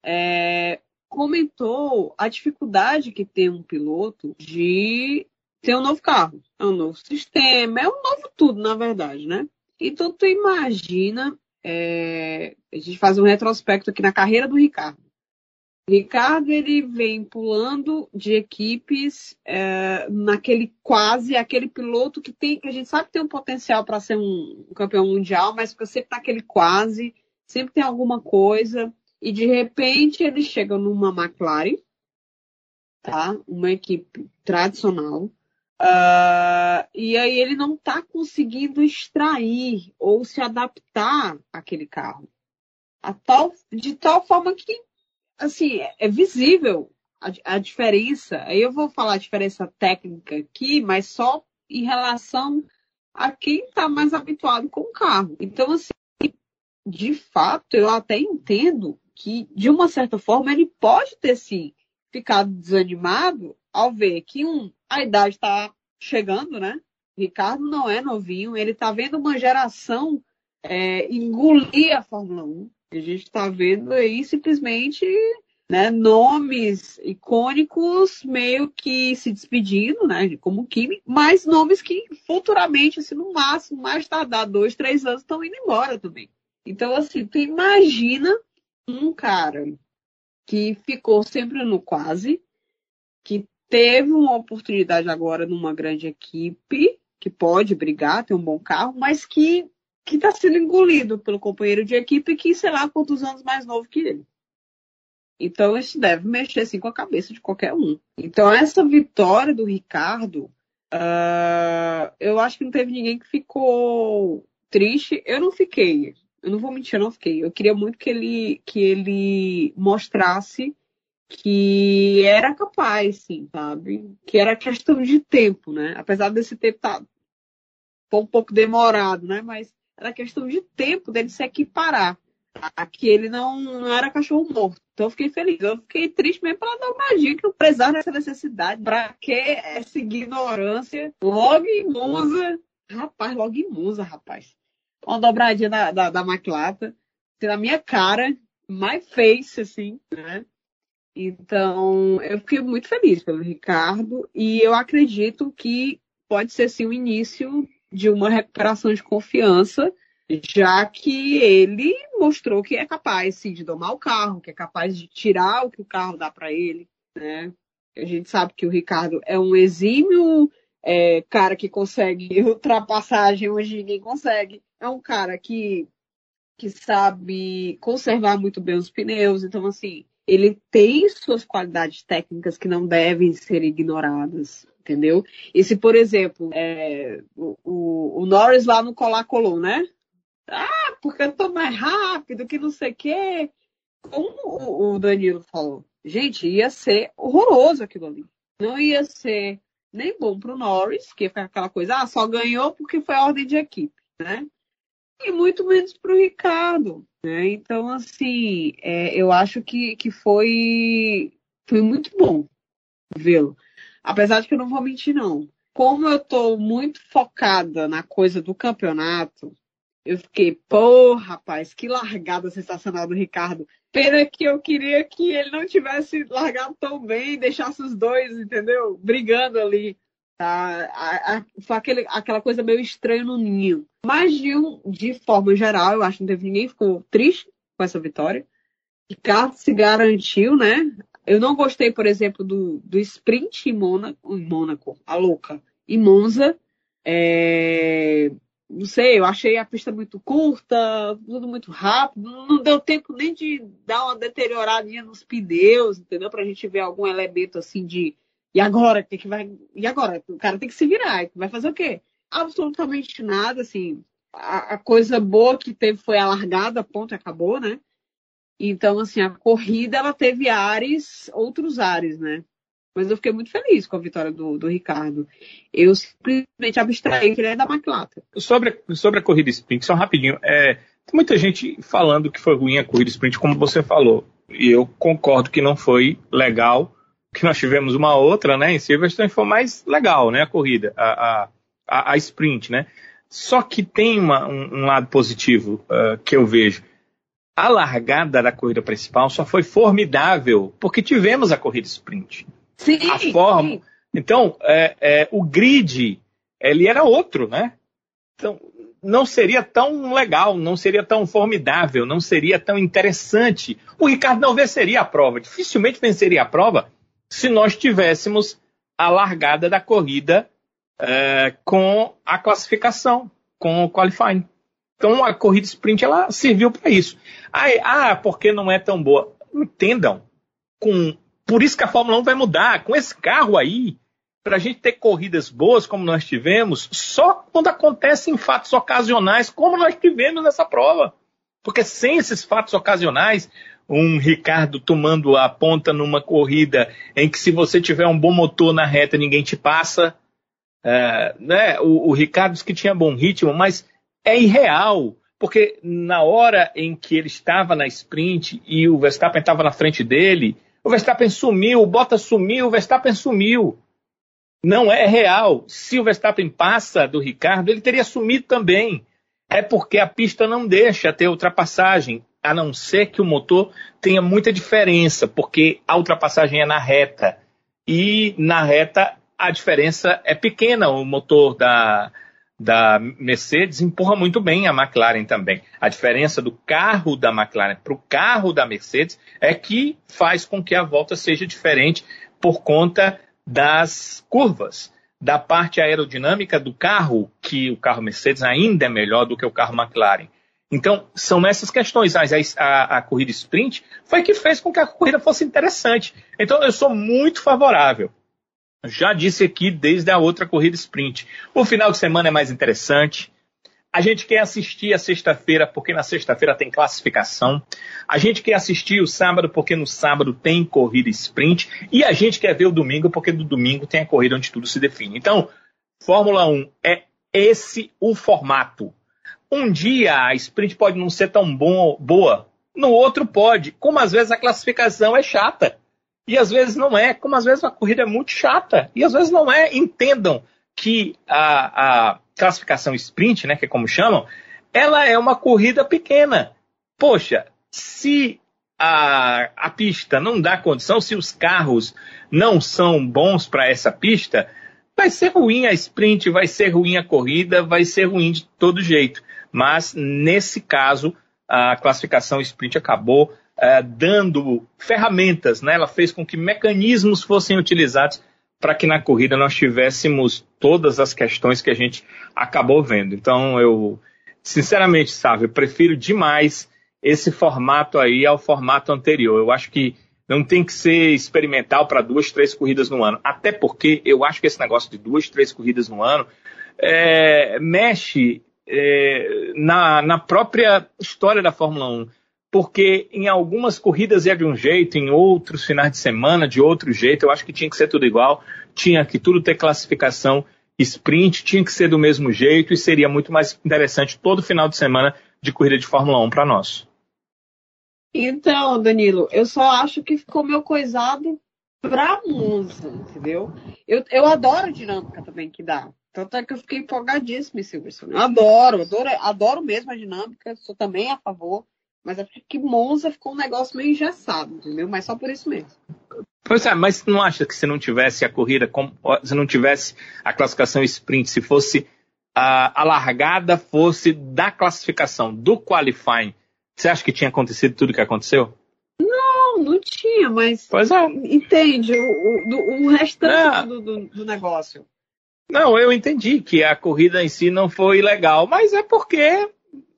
comentou a dificuldade que tem um piloto de ter um novo carro. É um novo sistema, é um novo tudo, na verdade, né? Então, tu imagina, a gente faz um retrospecto aqui na carreira do Ricardo. O Ricardo, ele vem pulando de equipes aquele piloto que a gente sabe que tem um potencial para ser um campeão mundial, mas fica sempre naquele quase, sempre tem alguma coisa. E de repente ele chega numa McLaren, tá? Uma equipe tradicional. E aí ele não está conseguindo extrair ou se adaptar àquele carro. De tal forma que, assim, é visível a diferença. Aí eu vou falar a diferença técnica aqui, mas só em relação a quem está mais habituado com o carro. Então, assim, de fato, eu até entendo que, de uma certa forma, ele pode ter, sim, ficado desanimado ao ver que, a idade está chegando, né? Ricardo não é novinho, ele está vendo uma geração engolir a Fórmula 1. A gente está vendo aí, simplesmente, né, nomes icônicos meio que se despedindo, né, como Kimi, mas nomes que futuramente, assim, no máximo, mais tardar 2, 3 anos, estão indo embora também. Então, assim, tu imagina um cara que ficou sempre no quase, que teve uma oportunidade agora numa grande equipe, que pode brigar, tem um bom carro, mas que está sendo engolido pelo companheiro de equipe que, sei lá, quantos anos mais novo que ele. Então, isso deve mexer, assim, com a cabeça de qualquer um. Então, essa vitória do Ricardo, eu acho que não teve ninguém que ficou triste. Eu não fiquei. Eu não vou mentir, eu não fiquei. Eu queria muito que ele mostrasse que era capaz, sim, sabe? Que era questão de tempo, né? Apesar desse tempo estar um pouco demorado, né? Mas era questão de tempo dele se equiparar. Que ele não era cachorro morto. Então eu fiquei feliz. Eu fiquei triste mesmo pela dobradinha, que não precisava dessa necessidade. Pra que essa ignorância? Logo em Monza. Rapaz. Uma dobradinha da McLaren, na minha cara, my face, assim, né? Então, eu fiquei muito feliz pelo Ricardo e eu acredito que pode ser, sim, o início de uma recuperação de confiança, já que ele mostrou que é capaz, sim, de domar o carro, que é capaz de tirar o que o carro dá para ele, né? A gente sabe que o Ricardo é um exímio cara que consegue ultrapassagem onde ninguém consegue. É um cara que sabe conservar muito bem os pneus. Então, assim, ele tem suas qualidades técnicas que não devem ser ignoradas, entendeu? E se, por exemplo, o Norris lá no colou, né? Ah, porque eu tô mais rápido, que não sei o quê. Como o Danilo falou, gente, ia ser horroroso aquilo ali. Não ia ser nem bom pro Norris, que ia ficar aquela coisa, só ganhou porque foi a ordem de equipe, né? E muito menos pro Ricardo, né? Então, assim, eu acho que foi muito bom vê-lo. Apesar de que eu não vou mentir, não. Como eu tô muito focada na coisa do campeonato, eu fiquei, rapaz, que largada sensacional do Ricardo. Pena que eu queria que ele não tivesse largado tão bem e deixasse os dois, entendeu? Brigando ali. Tá? Foi aquela coisa meio estranha no ninho. Mas de forma geral, eu acho que não teve ninguém que ficou triste com essa vitória. Ricardo se garantiu, né? Eu não gostei, por exemplo, do sprint em Mônaco, a louca. Em Monza, não sei, eu achei a pista muito curta, tudo muito rápido, não deu tempo nem de dar uma deterioradinha nos pneus, entendeu? Pra gente ver algum elemento assim de e agora? E agora? O cara tem que se virar, vai fazer o quê? Absolutamente nada, assim. A coisa boa que teve foi a largada, ponto, acabou, né? Então, assim, a corrida, ela teve outros ares, né? Mas eu fiquei muito feliz com a vitória do Ricardo. Eu simplesmente abstraí que ele é da McLaren. Sobre a corrida sprint, só rapidinho. Tem muita gente falando que foi ruim a corrida sprint, como você falou. E eu concordo que não foi legal, que nós tivemos uma outra, né? Em Silverstone foi mais legal, né? A corrida, a sprint, né? Só que tem um lado positivo que eu vejo. A largada da corrida principal só foi formidável porque tivemos a corrida sprint. Sim, a forma. Sim. Então, o grid, ele era outro, né? Então, não seria tão legal, não seria tão formidável, não seria tão interessante. O Ricardo não venceria a prova, dificilmente venceria a prova se nós tivéssemos a largada da corrida com a classificação, com o qualifying. Então, a corrida sprint, ela serviu para isso. Porque não é tão boa? Entendam, por isso que a Fórmula 1 vai mudar. Com esse carro aí, para a gente ter corridas boas como nós tivemos, só quando acontecem fatos ocasionais como nós tivemos nessa prova. Porque sem esses fatos ocasionais, um Ricardo tomando a ponta numa corrida em que se você tiver um bom motor na reta, ninguém te passa. Né? O Ricardo disse que tinha bom ritmo, mas é irreal. Porque na hora em que ele estava na sprint e o Verstappen estava na frente dele, o Verstappen sumiu, o Bottas sumiu, o Verstappen sumiu. Não é real. Se o Verstappen passa do Ricardo, ele teria sumido também. É porque a pista não deixa ter ultrapassagem, a não ser que o motor tenha muita diferença, porque a ultrapassagem é na reta. E na reta a diferença é pequena. O motor da Mercedes empurra muito bem a McLaren também. A diferença do carro da McLaren para o carro da Mercedes é que faz com que a volta seja diferente por conta das curvas, da parte aerodinâmica do carro, que o carro Mercedes ainda é melhor do que o carro McLaren. Então, são essas questões. A corrida sprint foi que fez com que a corrida fosse interessante. Então, eu sou muito favorável. Já disse aqui desde a outra corrida sprint. O final de semana é mais interessante. A gente quer assistir a sexta-feira porque na sexta-feira tem classificação. A gente quer assistir o sábado porque no sábado tem corrida sprint. E a gente quer ver o domingo porque no domingo tem a corrida onde tudo se define. Então, Fórmula 1 é esse o formato. Um dia a sprint pode não ser tão boa, no outro pode. Como às vezes a classificação é chata. E às vezes não é, como às vezes a corrida é muito chata. E às vezes não é. Entendam que a classificação sprint, né, que é como chamam, ela é uma corrida pequena. Poxa, se a pista não dá condição, se os carros não são bons para essa pista, vai ser ruim a sprint, vai ser ruim a corrida, vai ser ruim de todo jeito. Mas, nesse caso, a classificação sprint acabou dando ferramentas, né? Ela fez com que mecanismos fossem utilizados para que na corrida nós tivéssemos todas as questões que a gente acabou vendo. Então, eu, sinceramente, sabe, eu prefiro demais esse formato aí ao formato anterior. Eu acho que não tem que ser experimental para 2, 3 corridas no ano. Até porque eu acho que esse negócio de 2, 3 corridas no ano mexe na própria história da Fórmula 1. Porque em algumas corridas é de um jeito, em outros finais de semana de outro jeito. Eu acho que tinha que ser tudo igual, tinha que tudo ter classificação sprint, tinha que ser do mesmo jeito e seria muito mais interessante todo final de semana de corrida de Fórmula 1 para nós. Então, Danilo, eu só acho que ficou meio coisado pra Monza, entendeu? Eu adoro a dinâmica também que dá. Tanto é que eu fiquei empolgadíssima em Silverstone. Eu adoro mesmo a dinâmica, sou também a favor, mas acho que Monza ficou um negócio meio engessado, entendeu? Mas só por isso mesmo. Pois é, mas não acha que se não tivesse a corrida, se não tivesse a classificação sprint, se fosse a largada fosse da classificação, do qualifying, você acha que tinha acontecido tudo o que aconteceu? Não tinha, mas pois é. Entende o restante do negócio. Não, eu entendi que a corrida em si não foi legal, mas é porque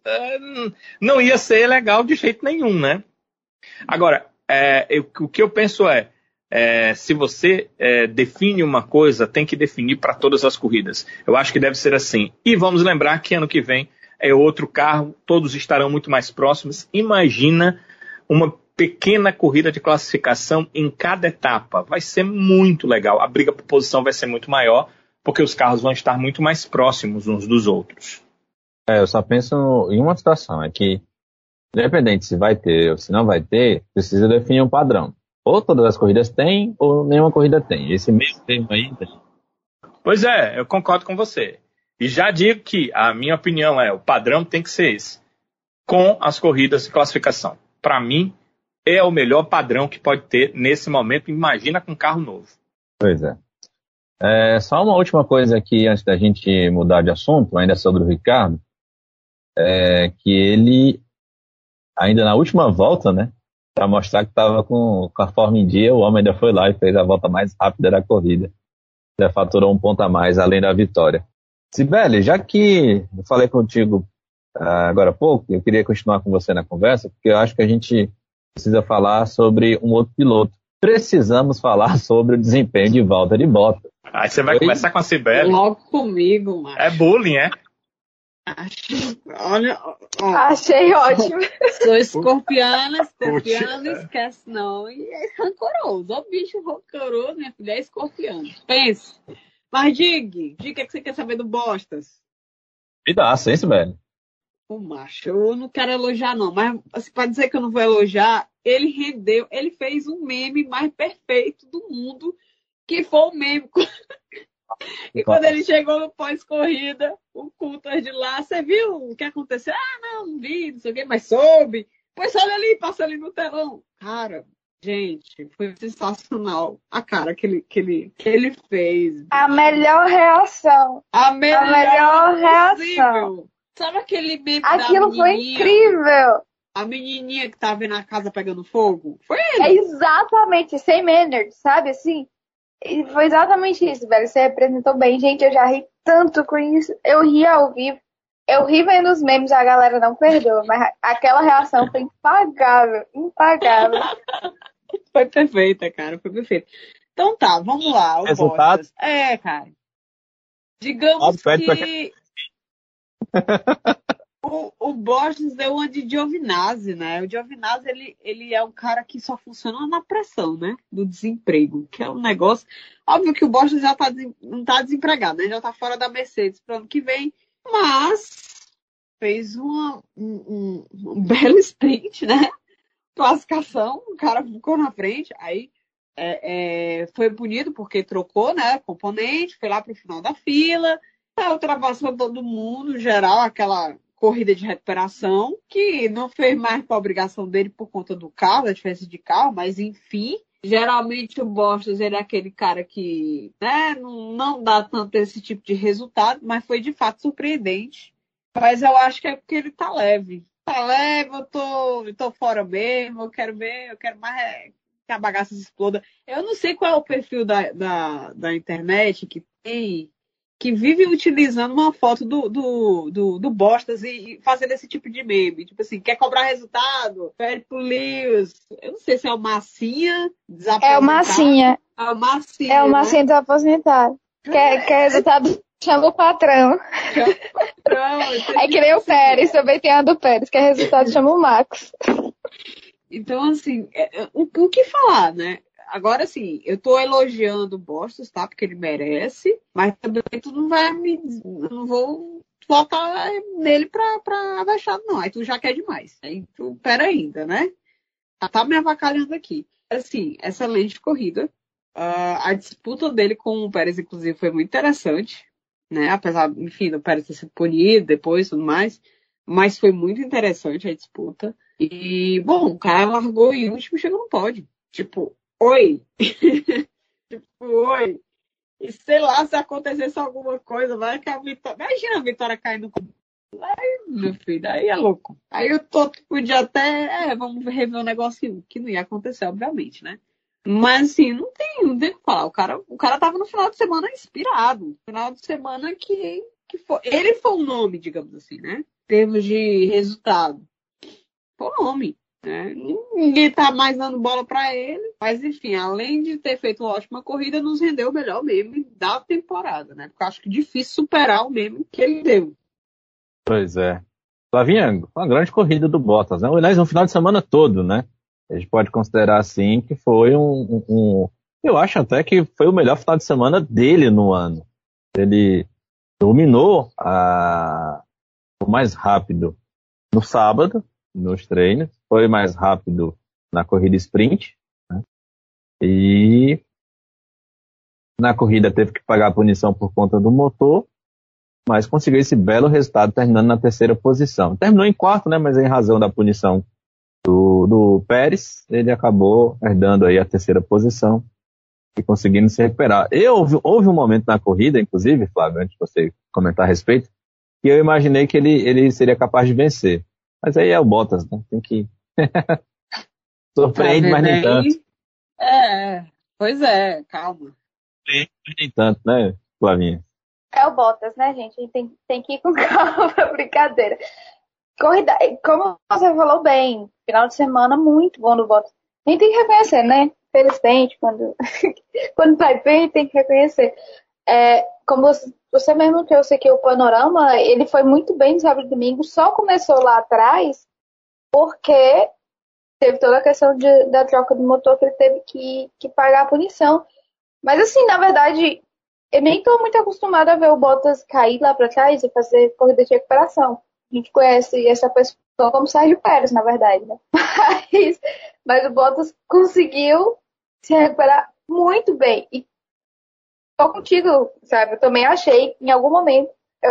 não ia ser legal de jeito nenhum, né? Agora, o que eu penso se você define uma coisa, tem que definir para todas as corridas. Eu acho que deve ser assim. E vamos lembrar que ano que vem é outro carro, todos estarão muito mais próximos. Imagina uma pequena corrida de classificação em cada etapa. Vai ser muito legal. A briga por posição vai ser muito maior, porque os carros vão estar muito mais próximos uns dos outros. Eu só penso em uma situação, é que, independente se vai ter ou se não vai ter, precisa definir um padrão. Ou todas as corridas têm, ou nenhuma corrida tem. Esse meio termo aí... Pois é, eu concordo com você. E já digo que a minha opinião o padrão tem que ser esse, com as corridas de classificação. Para mim, é o melhor padrão que pode ter nesse momento, imagina com um carro novo. Pois é. Só uma última coisa aqui, antes da gente mudar de assunto, ainda sobre o Ricardo, que ele, ainda na última volta, né, para mostrar que estava com a forma em dia, o homem ainda foi lá e fez a volta mais rápida da corrida. Já faturou um ponto a mais, além da vitória. Sibeli, já que eu falei contigo agora há pouco, eu queria continuar com você na conversa, porque eu acho que a gente precisa falar sobre um outro piloto. Precisamos falar sobre o desempenho de Valtteri Bottas. Aí você vai começar com a Sibeli. Logo comigo, mano. É bullying, Olha, achei ótimo. Sou escorpiana, esquece não. E é rancoroso. Ó, bicho rancoroso, minha filha, é escorpiano. Pense. Mas diga o que você quer saber do Bottas? Me dá, sem Sibeli. O macho, eu não quero elogiar não, mas assim, para dizer que eu não vou elogiar, ele fez um meme mais perfeito do mundo, que foi o meme. E quando ele chegou no pós-corrida, o Coulthard de lá, você viu o que aconteceu? Não vi, não sei o quê, mas soube. Pois olha ali, passa ali no telão. Cara, gente, foi sensacional a cara que ele fez. A melhor reação. A melhor reação. Sabe aquele meme Aquilo foi incrível. A menininha que tava na casa pegando fogo? Foi ele. É exatamente, sem manner, sabe assim? E foi exatamente isso, velho. Você representou bem. Gente, eu já ri tanto com isso. Eu ri ao vivo. Eu ri vendo os memes, a galera não perdoa. Mas aquela reação foi impagável. Impagável. Foi perfeita, cara. Foi perfeita. Então tá, vamos lá. O resultado? Bottas. Cara. Digamos que... O Bottas deu uma de Giovinazzi, né? O Giovinazzi, ele é um cara que só funciona na pressão, né? Do desemprego, que é um negócio... Óbvio que o Bottas já não tá desempregado, né? Já tá fora da Mercedes pro ano que vem, mas fez um belo sprint, né? Classificação, o cara ficou na frente, aí foi bonito porque trocou, né? Componente, foi lá pro final da fila, ultrapassou todo mundo, geral, aquela corrida de recuperação, que não fez mais para a obrigação dele por conta do carro, da diferença de carro, mas enfim. Geralmente o Bottas ele é aquele cara que, né, não dá tanto esse tipo de resultado, mas foi de fato surpreendente. Mas eu acho que é porque ele tá leve. Tá leve, eu tô fora mesmo, eu quero mais que a bagaça se exploda. Eu não sei qual é o perfil da internet que tem, que vive utilizando uma foto do Bottas e fazendo esse tipo de meme. Tipo assim, quer cobrar resultado? Pede pro Lewis. Eu não sei se é o Massinha desaposentado. É o Massinha. É o Massinha, É o Massinha desaposentado. Quer resultado, chama o patrão. É que nem o Pérez, também tem a do Pérez. Quer resultado, chama o Max. Então, assim, o que falar, né? Agora, assim, eu tô elogiando o Bottas, tá? Porque ele merece, mas também tu não vai não vou votar nele pra avexado, não. Aí tu já quer demais. Aí tu, pera ainda, né? Tá me avacalhando aqui. Assim, excelente corrida. A disputa dele com o Pérez, inclusive, foi muito interessante, né? Apesar, enfim, do Pérez ter sido punido depois e tudo mais. Mas foi muito interessante a disputa. E, bom, o cara largou em último e chegou no pódio. Tipo, oi. Tipo, oi. E sei lá, se acontecesse alguma coisa, vai que a Vitória... Imagina a Vitória caindo. Aí, meu filho, aí é louco. Aí o Toto podia até... vamos rever um negocinho. Que não ia acontecer, obviamente, né? Mas, assim, não tem o que falar. O cara tava no final de semana inspirado. Final de semana que foi... Ele foi um nome, digamos assim, né? Em termos de resultado. Foi um nome. Né? Ninguém tá mais dando bola para ele, mas enfim, além de ter feito uma ótima corrida, nos rendeu o melhor meme da temporada, né? Porque eu acho que é difícil superar o meme que ele deu. Pois é. Flavinha, uma grande corrida do Bottas, né? Aliás, um final de semana todo, né? A gente pode considerar assim que foi eu acho até que foi o melhor final de semana dele no ano. Ele dominou o mais rápido no sábado, nos treinos, foi mais rápido na corrida sprint, né? E na corrida teve que pagar a punição por conta do motor, mas conseguiu esse belo resultado terminando na terceira posição. Terminou em quarto, né? Mas em razão da punição do Pérez, ele acabou herdando aí a terceira posição e conseguindo se recuperar. Houve um momento na corrida, inclusive, Flávio, antes de você comentar a respeito, que eu imaginei que ele seria capaz de vencer. Mas aí é o Bottas, né? Tem que... Surpreende, mas nem tanto. Pois é, calma. Surpreende, mas nem tanto, né, Flavinha? É o Bottas, né, gente? A gente tem que ir com calma, brincadeira. Corrida, como você falou bem, final de semana muito bom do Bottas. A gente tem que reconhecer, né? Felizmente, quando vai bem, tem que reconhecer. Como você mesmo trouxe aqui o panorama, ele foi muito bem no sábado e domingo, só começou lá atrás porque teve toda a questão da troca do motor que ele teve que pagar a punição. Mas assim, na verdade, eu nem estou muito acostumada a ver o Bottas cair lá para trás e fazer corrida de recuperação. A gente conhece essa pessoa como Sérgio Pérez, na verdade, né? Mas o Bottas conseguiu se recuperar muito bem. E tô contigo, sabe? Eu também achei que em algum momento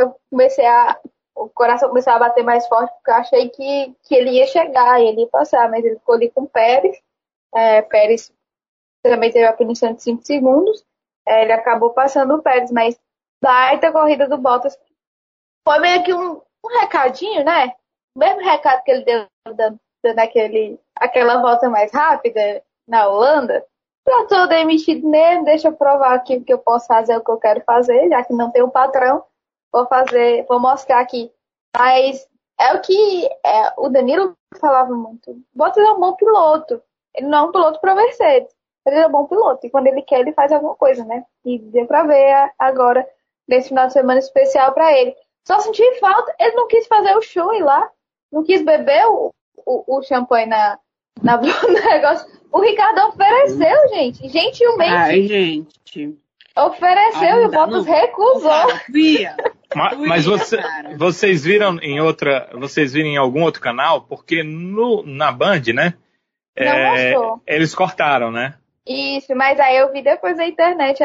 o coração começou a bater mais forte, porque eu achei que ele ia chegar, ele ia passar, mas ele ficou ali com o Pérez. Pérez também teve a punição de 5 segundos. Ele acabou passando o Pérez, mas baita corrida do Bottas. Foi meio que um recadinho, né? O mesmo recado que ele deu dando aquela volta mais rápida na Holanda. Já tô demitido mesmo, deixa eu provar aqui que eu posso fazer o que eu quero fazer, já que não tem um patrão. Vou mostrar aqui. Mas é o que o Danilo falava muito. O Bottas é um bom piloto. Ele não é um piloto para Mercedes. Ele é um bom piloto. E quando ele quer, ele faz alguma coisa, né? E deu pra ver agora, nesse final de semana especial pra ele. Só senti falta. Ele não quis fazer o show e lá. Não quis beber o champanhe no negócio. O Ricardo ofereceu, gente. Gentilmente. Ai, gente. Ofereceu e o Bottas recusou. Mas vocês viram em algum outro canal? Porque na Band, né? Não mostrou. Eles cortaram, né? Isso, mas aí eu vi depois na internet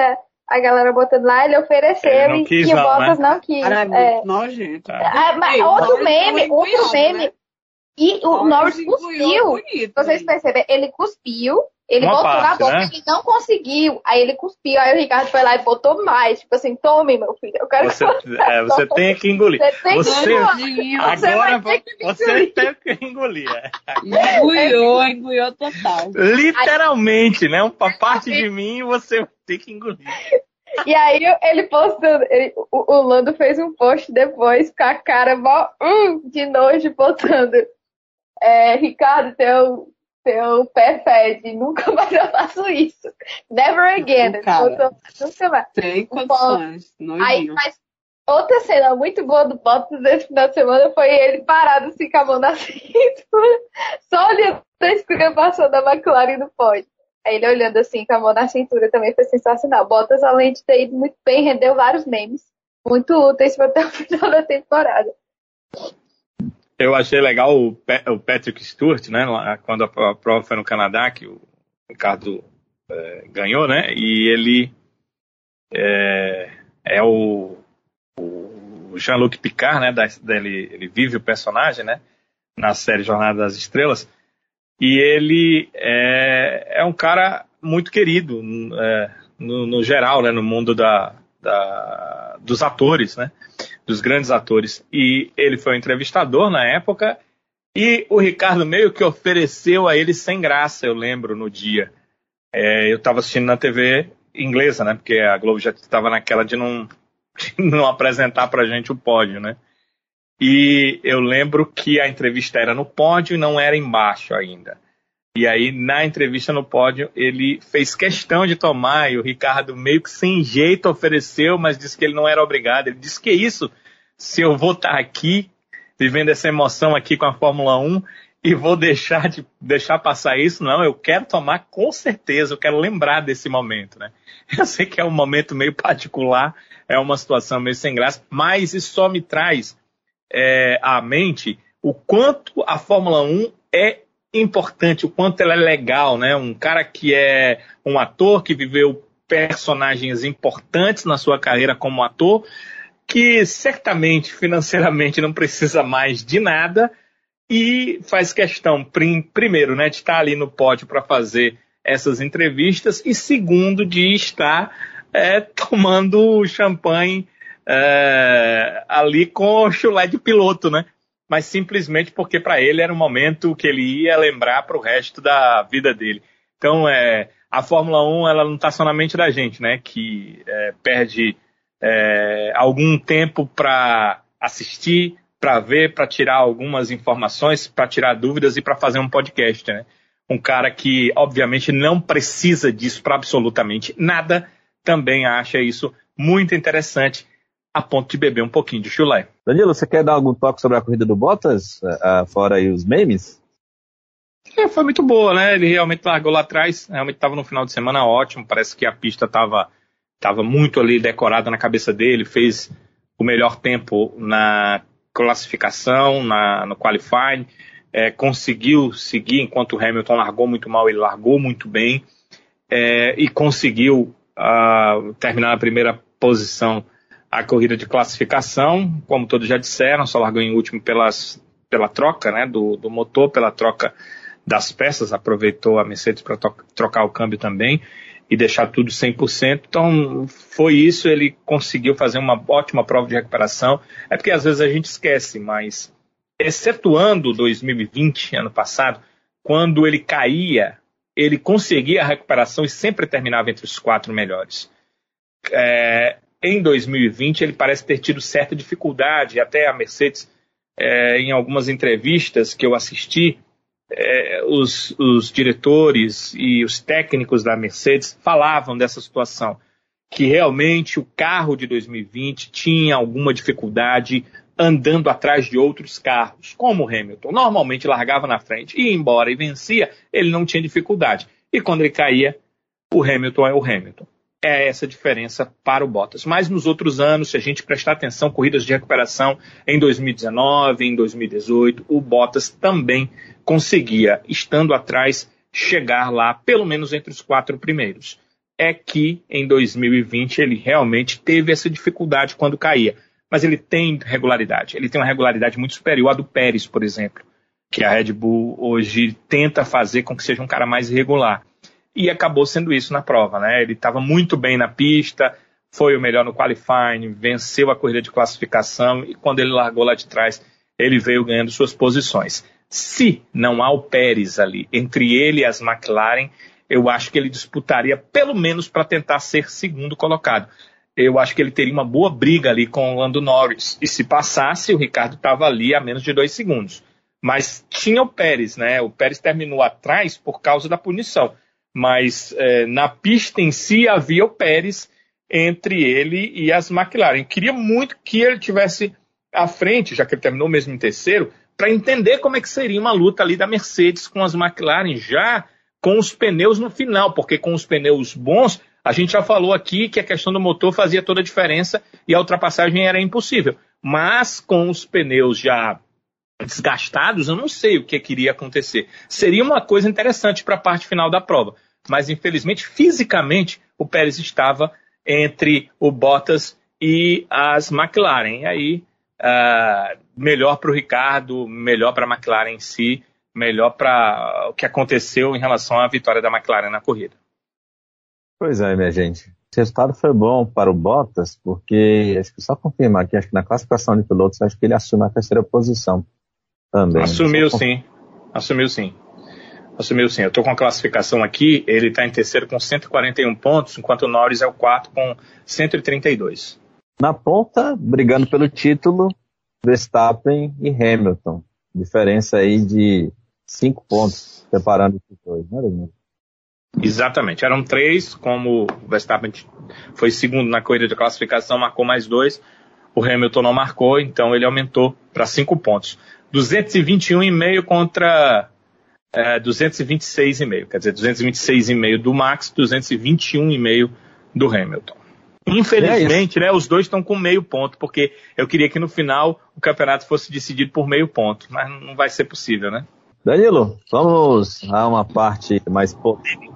a galera botando lá, ele ofereceu e o Bottas não quis. Cara, é muito nojento. Mas outro meme. Né? E o Norris cuspiu. Vocês perceberam? Ele cuspiu. Ele botou na boca, né? Ele não conseguiu. Aí ele cuspiu, aí o Ricardo foi lá e botou mais. Tipo assim, tome, meu filho. Eu quero você tem que engolir. Agora você tem que engolir. Engoliu total. Literalmente, né? Uma parte de mim você tem que engolir. E aí ele postando, o Lando fez um post depois com a cara mó de nojo, postando. Ricardo, teu pé fede, nunca mais eu faço isso. Never again. Nunca mais. Tem condições. Aí, mas outra cena muito boa do Bottas desse final de semana foi ele parado assim com a mão na cintura, só olhando a esculhambação da McLaren no pódio. Aí ele olhando assim com a mão na cintura também foi sensacional. Bottas, além de ter ido muito bem, rendeu vários memes muito úteis até o final da temporada. Eu achei legal o Patrick Stewart, né? Quando a prova foi no Canadá, que o Ricardo ganhou, né? E ele é o Jean-Luc Picard, né? Ele vive o personagem, né? Na série Jornada das Estrelas. E ele é um cara muito querido no geral, né? No mundo dos atores, né? Dos grandes atores. E ele foi um entrevistador na época, e o Ricardo meio que ofereceu a ele sem graça, eu lembro, no dia. Eu estava assistindo na TV inglesa, né? Porque a Globo já estava naquela de não apresentar pra gente o pódio, né? E eu lembro que a entrevista era no pódio e não era embaixo ainda. E aí, na entrevista no pódio, ele fez questão de tomar, e o Ricardo meio que sem jeito ofereceu, mas disse que ele não era obrigado. Ele disse que isso, se eu vou estar aqui, vivendo essa emoção aqui com a Fórmula 1, e vou deixar passar isso, não, eu quero tomar com certeza, eu quero lembrar desse momento, né? Eu sei que é um momento meio particular, é uma situação meio sem graça, mas isso só me traz à mente o quanto a Fórmula 1 é importante, o quanto ela é legal, né? Um cara que é um ator, que viveu personagens importantes na sua carreira como ator, que certamente, financeiramente, não precisa mais de nada e faz questão, primeiro, né, de estar ali no pódio para fazer essas entrevistas e, segundo, de estar tomando champanhe ali com o chulé de piloto, né? Mas simplesmente porque para ele era um momento que ele ia lembrar para o resto da vida dele. Então, a Fórmula 1 ela não está só na mente da gente, né? Que perde algum tempo para assistir, para ver, para tirar algumas informações, para tirar dúvidas e para fazer um podcast, né? Um cara que, obviamente, não precisa disso para absolutamente nada, também acha isso muito interessante, a ponto de beber um pouquinho de chulé. Danilo, você quer dar algum toque sobre a corrida do Bottas, fora aí os memes? Foi muito boa, né? Ele realmente largou lá atrás, realmente estava no final de semana ótimo, parece que a pista estava muito ali decorada na cabeça dele, fez o melhor tempo na classificação, no qualifying, conseguiu seguir, enquanto o Hamilton largou muito mal, ele largou muito bem, e conseguiu terminar na primeira posição a corrida de classificação, como todos já disseram, só largou em último pela troca, né, do motor, pela troca das peças, aproveitou a Mercedes para trocar o câmbio também e deixar tudo 100%. Então, foi isso, ele conseguiu fazer uma ótima prova de recuperação. É porque às vezes a gente esquece, mas excetuando 2020, ano passado, quando ele caía, ele conseguia a recuperação e sempre terminava entre os 4 melhores. Em 2020, ele parece ter tido certa dificuldade, até a Mercedes, em algumas entrevistas que eu assisti, os diretores e os técnicos da Mercedes falavam dessa situação, que realmente o carro de 2020 tinha alguma dificuldade andando atrás de outros carros, como o Hamilton. Normalmente largava na frente e, embora e vencia, ele não tinha dificuldade. E quando ele caía, o Hamilton é o Hamilton. É essa diferença para o Bottas. Mas nos outros anos, se a gente prestar atenção, corridas de recuperação em 2019, em 2018, o Bottas também conseguia, estando atrás, chegar lá, pelo menos entre os 4 primeiros. é que em 2020 ele realmente teve essa dificuldade quando caía. Mas ele tem regularidade. Ele tem uma regularidade muito superior à do Pérez, por exemplo, que a Red Bull hoje tenta fazer com que seja um cara mais irregular. E acabou sendo isso na prova, né? Ele estava muito bem na pista, foi o melhor no qualifying, venceu a corrida de classificação e quando ele largou lá de trás, ele veio ganhando suas posições. Se não há o Pérez ali, entre ele e as McLaren, eu acho que ele disputaria pelo menos para tentar ser segundo colocado. Eu acho que ele teria uma boa briga ali com o Lando Norris. E se passasse, o Ricardo estava ali a menos de 2 segundos. Mas tinha o Pérez, né? O Pérez terminou atrás por causa da punição. Mas na pista em si havia o Pérez entre ele e as McLaren. Eu queria muito que ele tivesse à frente, já que ele terminou mesmo em terceiro, para entender como é que seria uma luta ali da Mercedes com as McLaren, já com os pneus no final, porque com os pneus bons, a gente já falou aqui que a questão do motor fazia toda a diferença e a ultrapassagem era impossível. Mas com os pneus já desgastados, eu não sei o que iria acontecer. Seria uma coisa interessante para a parte final da prova. Mas, infelizmente, fisicamente, o Pérez estava entre o Bottas e as McLaren. E aí, melhor para o Ricardo, melhor para a McLaren em si, melhor para o que aconteceu em relação à vitória da McLaren na corrida. Pois é, minha gente. Esse resultado foi bom para o Bottas, porque, acho que só confirmar aqui, acho que na classificação de pilotos, acho que ele assumiu a terceira posição também. Assumiu sim. Eu estou com a classificação aqui, ele está em terceiro com 141 pontos, enquanto o Norris é o quarto com 132. Na ponta, brigando pelo título, Verstappen e Hamilton. Diferença aí de 5 pontos, separando os dois, né, Daniel? Exatamente, eram 3, como o Verstappen foi segundo na corrida de classificação, marcou mais 2, o Hamilton não marcou, então ele aumentou para 5 pontos. 221,5 contra 226,5, quer dizer, 226,5 do Max, 221,5 do Hamilton. Infelizmente, né, os dois estão com meio ponto, porque eu queria que no final o campeonato fosse decidido por meio ponto, mas não vai ser possível, né? Danilo, vamos a uma parte mais polêmica.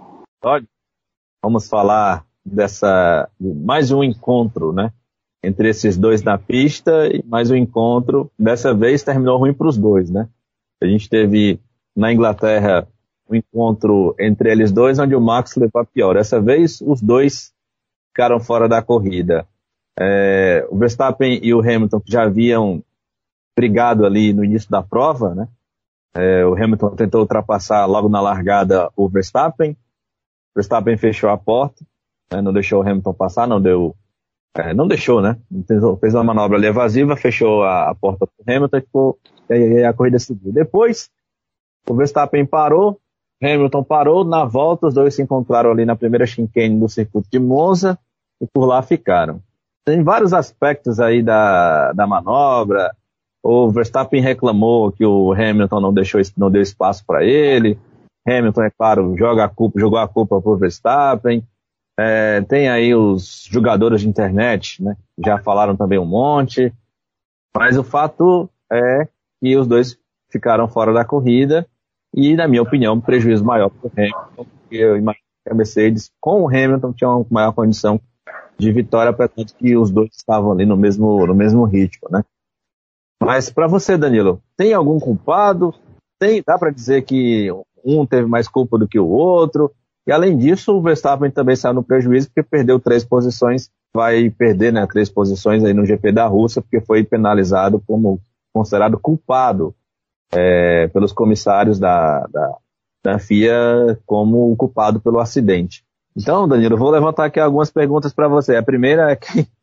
Vamos falar de mais um encontro, né? Entre esses dois na pista e mais um encontro. Dessa vez terminou ruim para os dois, né? A gente teve na Inglaterra um encontro entre eles dois, onde o Max levou a pior. Dessa vez os dois ficaram fora da corrida. O Verstappen e o Hamilton, que já haviam brigado ali no início da prova, né? O Hamilton tentou ultrapassar logo na largada o Verstappen. O Verstappen fechou a porta, né? Não deixou o Hamilton passar, não deixou, né? Fez uma manobra ali evasiva, fechou a porta para o Hamilton e a corrida seguiu. Depois, o Verstappen parou, Hamilton parou, na volta os dois se encontraram ali na primeira chicane do circuito de Monza e por lá ficaram. Tem vários aspectos aí da manobra. O Verstappen reclamou que o Hamilton não deu espaço para ele. Hamilton, é claro, jogou a culpa para o Verstappen. Tem aí os jogadores de internet, né? Já falaram também um monte. Mas o fato é que os dois ficaram fora da corrida e, na minha opinião, um prejuízo maior para o Hamilton, porque eu imagino que a Mercedes, com o Hamilton, tinha uma maior condição de vitória, apesar de que os dois estavam ali no mesmo ritmo, né? Mas para você, Danilo, tem algum culpado? Dá para dizer que um teve mais culpa do que o outro? E além disso, o Verstappen também saiu no prejuízo porque perdeu 3 posições, vai perder, né, 3 posições aí no GP da Rússia, porque foi penalizado como considerado culpado pelos comissários da FIA como culpado pelo acidente. Então, Danilo, vou levantar aqui algumas perguntas para você. A primeira é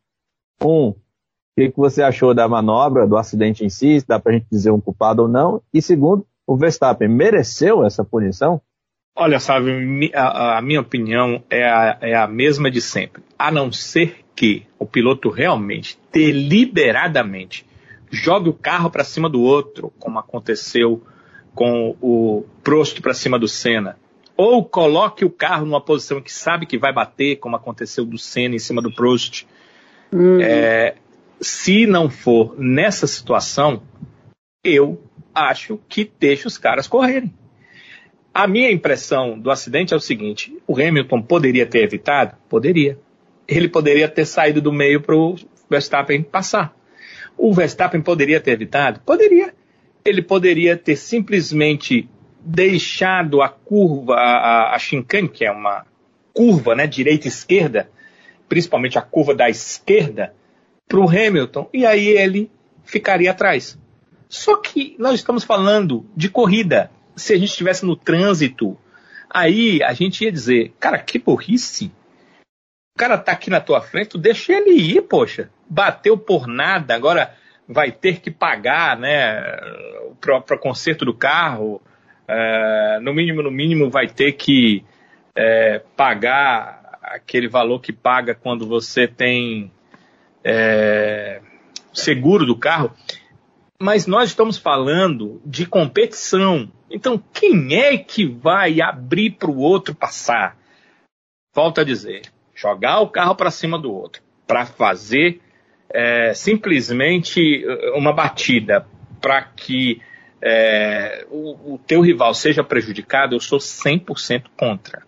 o que você achou da manobra, do acidente em si, se dá para a gente dizer um culpado ou não? E segundo, o Verstappen mereceu essa punição? Olha, sabe, a minha opinião é a mesma de sempre. A não ser que o piloto realmente, deliberadamente, jogue o carro para cima do outro, como aconteceu com o Prost para cima do Senna, ou coloque o carro numa posição que sabe que vai bater, como aconteceu do Senna em cima do Prost. Se não for nessa situação, eu acho que deixa os caras correrem. A minha impressão do acidente é o seguinte: o Hamilton poderia ter evitado? Poderia. Ele poderia ter saído do meio para o Verstappen passar. O Verstappen poderia ter evitado? Poderia. Ele poderia ter simplesmente deixado a curva, a chicane, que é uma curva, né, direita e esquerda, principalmente a curva da esquerda, para o Hamilton, e aí ele ficaria atrás. Só que nós estamos falando de corrida. Se a gente estivesse no trânsito, aí a gente ia dizer, cara, que burrice. O cara tá aqui na tua frente, tu deixa ele ir, poxa. Bateu por nada, agora vai ter que pagar, né, para conserto do carro. No mínimo vai ter que pagar aquele valor que paga quando você tem seguro do carro. Mas nós estamos falando de competição. Então, quem é que vai abrir para o outro passar? Volto a dizer, jogar o carro para cima do outro, para fazer simplesmente uma batida para que o teu rival seja prejudicado, eu sou 100% contra.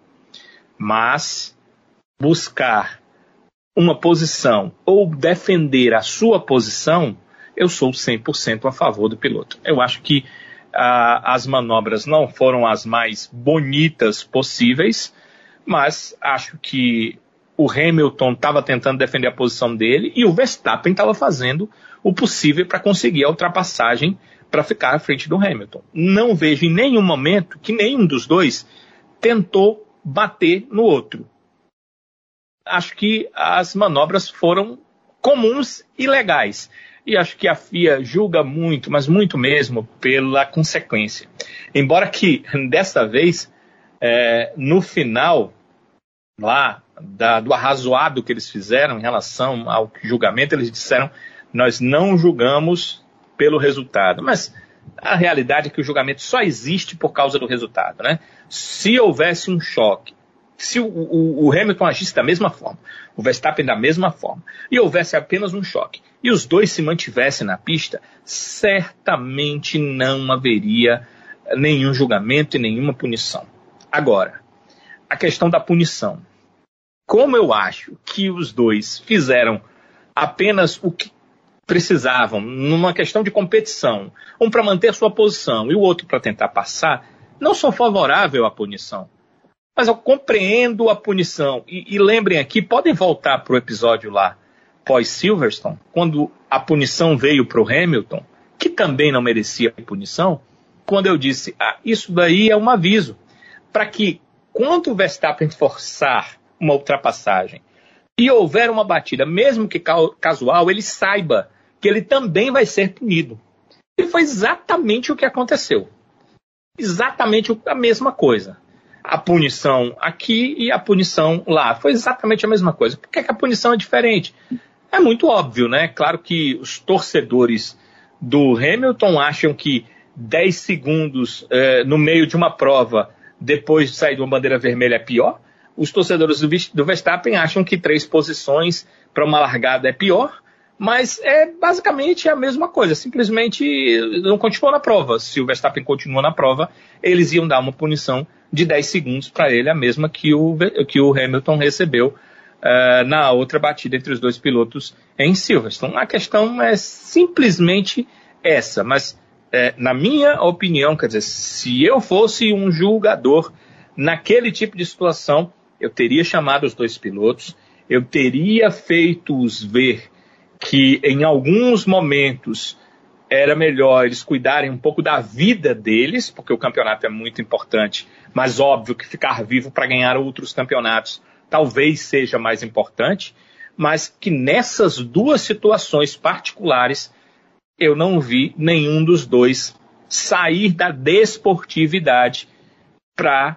Mas buscar uma posição ou defender a sua posição, eu sou 100% a favor do piloto. Eu acho que as manobras não foram as mais bonitas possíveis, mas acho que o Hamilton estava tentando defender a posição dele e o Verstappen estava fazendo o possível para conseguir a ultrapassagem para ficar à frente do Hamilton. Não vejo em nenhum momento que nenhum dos dois tentou bater no outro. Acho que as manobras foram comuns e legais. E acho que a FIA julga muito, mas muito mesmo, pela consequência. Embora que, dessa vez, no final, lá, do arrazoado que eles fizeram em relação ao julgamento, eles disseram, nós não julgamos pelo resultado. Mas a realidade é que o julgamento só existe por causa do resultado, né? Se houvesse um choque, se o Hamilton agisse da mesma forma, o Verstappen da mesma forma, e houvesse apenas um choque, e os dois se mantivessem na pista, certamente não haveria nenhum julgamento e nenhuma punição. Agora, a questão da punição. Como eu acho que os dois fizeram apenas o que precisavam, numa questão de competição, um para manter sua posição e o outro para tentar passar, não sou favorável à punição. Mas eu compreendo a punição. E lembrem aqui, podem voltar para o episódio lá, pós-Silverstone, quando a punição veio para o Hamilton, que também não merecia punição, quando eu disse, isso daí é um aviso, para que quando o Verstappen forçar uma ultrapassagem e houver uma batida, mesmo que casual, ele saiba que ele também vai ser punido. E foi exatamente o que aconteceu. Exatamente a mesma coisa. A punição aqui e a punição lá. Foi exatamente a mesma coisa. Por que a punição é diferente? É muito óbvio, né? Claro que os torcedores do Hamilton acham que 10 segundos no meio de uma prova, depois de sair de uma bandeira vermelha, é pior. Os torcedores do Verstappen acham que 3 posições para uma largada é pior. Mas é basicamente a mesma coisa, simplesmente não continuou na prova. Se o Verstappen continuou na prova, eles iam dar uma punição de 10 segundos para ele, a mesma que o Hamilton recebeu na outra batida entre os dois pilotos em Silverstone. A questão é simplesmente essa, mas na minha opinião, quer dizer, se eu fosse um julgador naquele tipo de situação, eu teria chamado os dois pilotos, eu teria feito-os ver que em alguns momentos era melhor eles cuidarem um pouco da vida deles, porque o campeonato é muito importante, mas óbvio que ficar vivo para ganhar outros campeonatos talvez seja mais importante, mas que nessas duas situações particulares eu não vi nenhum dos dois sair da desportividade para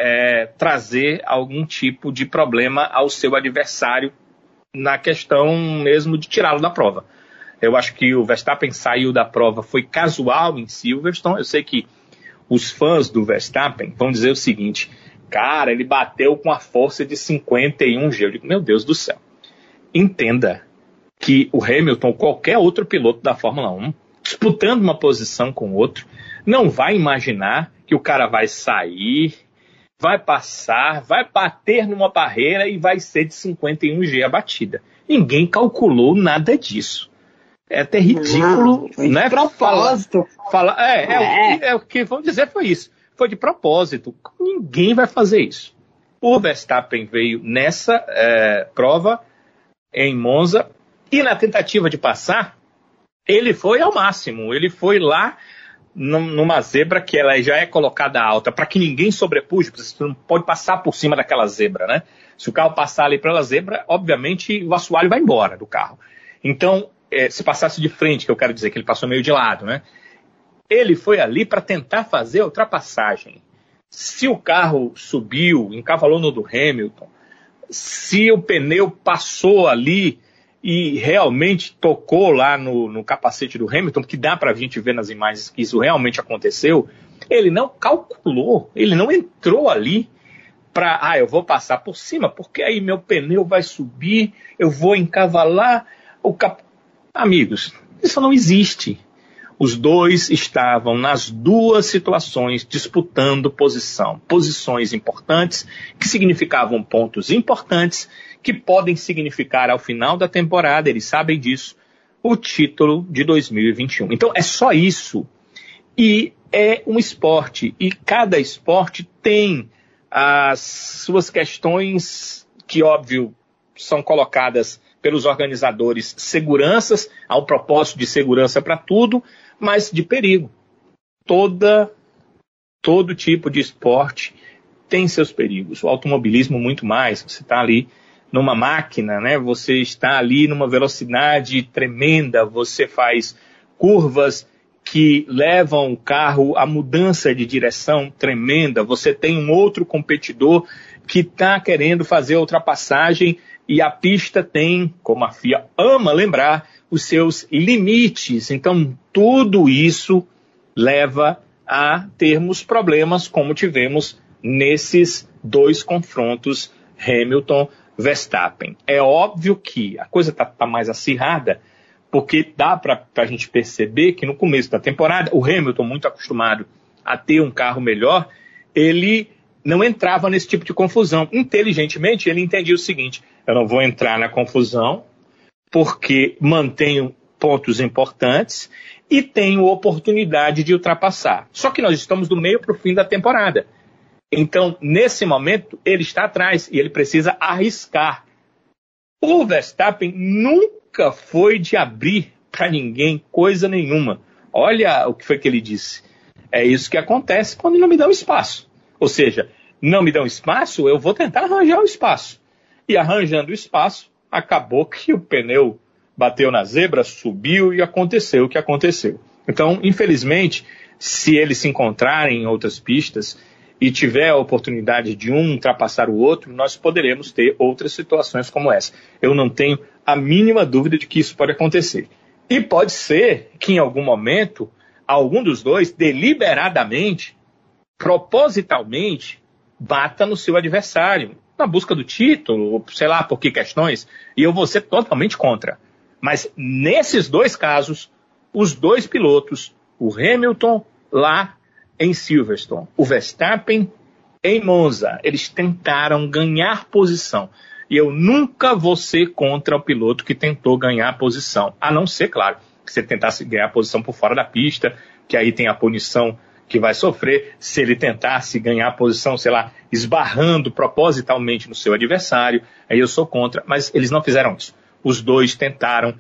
trazer algum tipo de problema ao seu adversário na questão mesmo de tirá-lo da prova. Eu acho que o Verstappen saiu da prova, foi casual em Silverstone. Eu sei que os fãs do Verstappen vão dizer o seguinte, cara, ele bateu com a força de 51 G. Eu digo, meu Deus do céu. Entenda que o Hamilton, qualquer outro piloto da Fórmula 1, disputando uma posição com o outro, não vai imaginar que o cara vai sair, vai passar, vai bater numa barreira e vai ser de 51G a batida. Ninguém calculou nada disso. É até ridículo, né? Propósito. O que vamos dizer foi isso. Foi de propósito. Ninguém vai fazer isso. O Verstappen veio nessa prova em Monza e na tentativa de passar, ele foi ao máximo. Ele foi lá numa zebra que ela já é colocada alta, para que ninguém sobrepuje, você não pode passar por cima daquela zebra, né? Se o carro passar ali pela zebra, obviamente o assoalho vai embora do carro. Então, se passasse de frente, que eu quero dizer que ele passou meio de lado, né? Ele foi ali para tentar fazer a ultrapassagem. Se o carro subiu, encavalou no do Hamilton, se o pneu passou ali e realmente tocou lá no capacete do Hamilton, que dá para a gente ver nas imagens que isso realmente aconteceu, ele não calculou, ele não entrou ali para, eu vou passar por cima, porque aí meu pneu vai subir, eu vou encavalar Amigos, isso não existe. Os dois estavam nas duas situações disputando posições importantes, que significavam pontos importantes, que podem significar ao final da temporada, eles sabem disso, o título de 2021. Então é só isso. E é um esporte, e cada esporte tem as suas questões que, óbvio, são colocadas pelos organizadores, seguranças, há um propósito de segurança para tudo, mas de perigo. Todo tipo de esporte tem seus perigos. O automobilismo muito mais. Você está ali numa máquina, né? Você está ali numa velocidade tremenda, você faz curvas que levam o carro a mudança de direção tremenda, você tem um outro competidor que está querendo fazer a ultrapassagem e a pista tem, como a FIA ama lembrar, os seus limites. Então, tudo isso leva a termos problemas como tivemos nesses dois confrontos Hamilton-Verstappen. É óbvio que a coisa está mais acirrada, porque dá para a gente perceber que no começo da temporada, o Hamilton, muito acostumado a ter um carro melhor, ele não entrava nesse tipo de confusão. Inteligentemente, ele entendia o seguinte: eu não vou entrar na confusão porque mantenho pontos importantes e tenho oportunidade de ultrapassar. Só que nós estamos do meio para o fim da temporada. Então, nesse momento, ele está atrás e ele precisa arriscar. O Verstappen nunca foi de abrir para ninguém coisa nenhuma. Olha o que foi que ele disse. É isso que acontece quando não me dão espaço. Ou seja, não me dão espaço, eu vou tentar arranjar o espaço. E arranjando o espaço, acabou que o pneu bateu na zebra, subiu e aconteceu o que aconteceu. Então, infelizmente, se eles se encontrarem em outras pistas e tiver a oportunidade de um ultrapassar o outro, nós poderemos ter outras situações como essa. Eu não tenho a mínima dúvida de que isso pode acontecer. E pode ser que em algum momento, algum dos dois, deliberadamente, propositalmente, bata no seu adversário, na busca do título, sei lá por que questões, e eu vou ser totalmente contra. Mas nesses dois casos, os dois pilotos, o Hamilton lá em Silverstone, o Verstappen em Monza, eles tentaram ganhar posição. E eu nunca vou ser contra o piloto que tentou ganhar posição, a não ser, claro, que se ele tentasse ganhar posição por fora da pista, que aí tem a punição que vai sofrer. Se ele tentasse ganhar a posição, sei lá, esbarrando propositalmente no seu adversário, aí eu sou contra, mas eles não fizeram isso. Os dois tentaram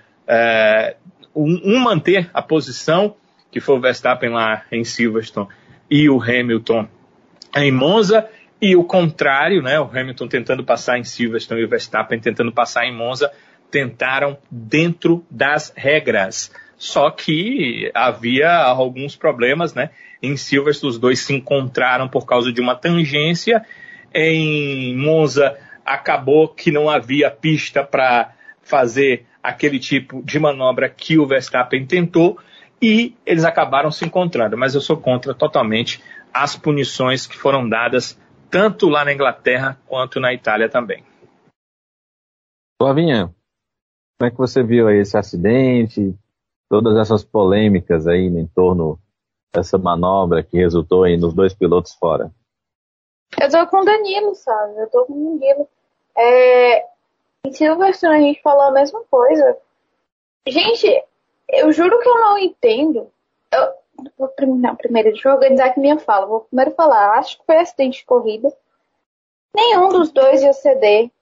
manter a posição, que foi o Verstappen lá em Silverstone e o Hamilton em Monza, e o contrário, né, o Hamilton tentando passar em Silverstone e o Verstappen tentando passar em Monza, tentaram dentro das regras. Só que havia alguns problemas, né? Em Silverstone, os dois se encontraram por causa de uma tangência. Em Monza, acabou que não havia pista para fazer aquele tipo de manobra que o Verstappen tentou e eles acabaram se encontrando. Mas eu sou contra totalmente as punições que foram dadas tanto lá na Inglaterra quanto na Itália também. Flavinha, como é que você viu aí esse acidente? todas essas polêmicas aí em torno dessa manobra que resultou aí nos 2 pilotos fora? Eu tô com o Danilo, sabe? Eu tô com o Danilo. Em Silverstone a gente falou a mesma coisa. Gente, eu juro que eu não entendo. Primeiro, deixa eu organizar aqui minha fala. Vou primeiro falar, acho que foi acidente de corrida. Nenhum dos dois ia ceder.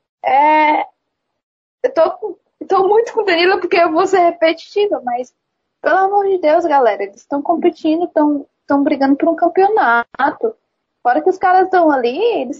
Eu tô muito com o Danilo porque eu vou ser repetitiva, mas pelo amor de Deus, galera, eles estão competindo, estão brigando por um campeonato. Fora que os caras estão ali, eles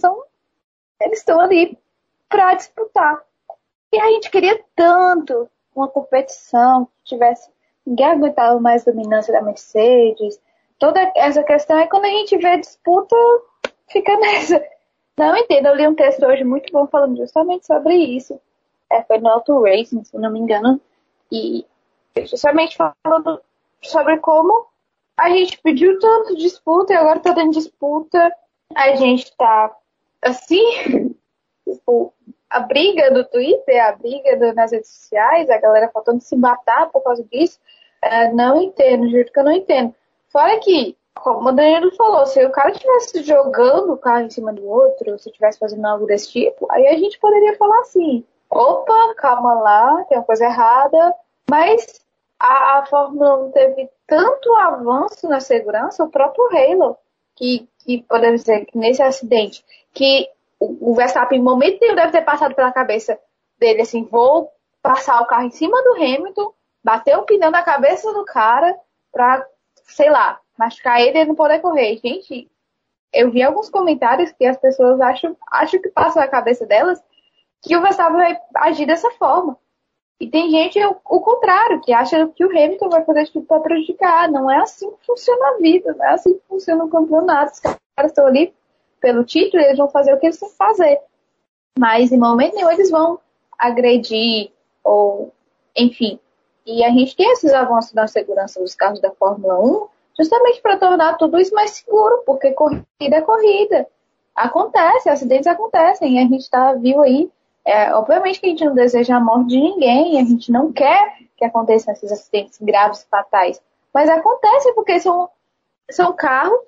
estão ali pra disputar. E a gente queria tanto uma competição que tivesse. Ninguém aguentava mais a dominância da Mercedes. Toda essa questão é quando a gente vê a disputa, fica nessa. Não entendo, eu li um texto hoje muito bom falando justamente sobre isso. Foi no Auto Racing, se não me engano. E justamente falando sobre como a gente pediu tanto disputa e agora tá dando disputa. A gente tá assim, tipo, a briga do Twitter, a briga nas redes sociais, a galera faltando se matar por causa disso. Não entendo, juro que eu não entendo. Fora que, como o Danilo falou, se o cara estivesse jogando o carro em cima do outro, se estivesse fazendo algo desse tipo, aí a gente poderia falar assim, opa, calma lá, tem uma coisa errada. Mas a Fórmula 1 teve tanto avanço na segurança, o próprio Halo, que podemos dizer que nesse acidente, que o Verstappen em momento nenhum deve ter passado pela cabeça dele assim, vou passar o carro em cima do Hamilton, bater o pneu na cabeça do cara pra, sei lá, machucar ele e ele não poder correr. Gente, eu vi alguns comentários que as pessoas acham que passa na cabeça delas que o Verstappen vai agir dessa forma. E tem gente, o contrário, que acha que o Hamilton vai fazer tudo para prejudicar. Não é assim que funciona a vida, não é assim que funciona o campeonato. Os caras estão ali pelo título e eles vão fazer o que eles têm que fazer. Mas em momento nenhum eles vão agredir ou, enfim. E a gente tem esses avanços na segurança dos carros da Fórmula 1 justamente para tornar tudo isso mais seguro, porque corrida é corrida. Acontece, acidentes acontecem e a gente viu aí. Obviamente que a gente não deseja a morte de ninguém, a gente não quer que aconteçam esses acidentes graves e fatais. Mas acontece porque são carros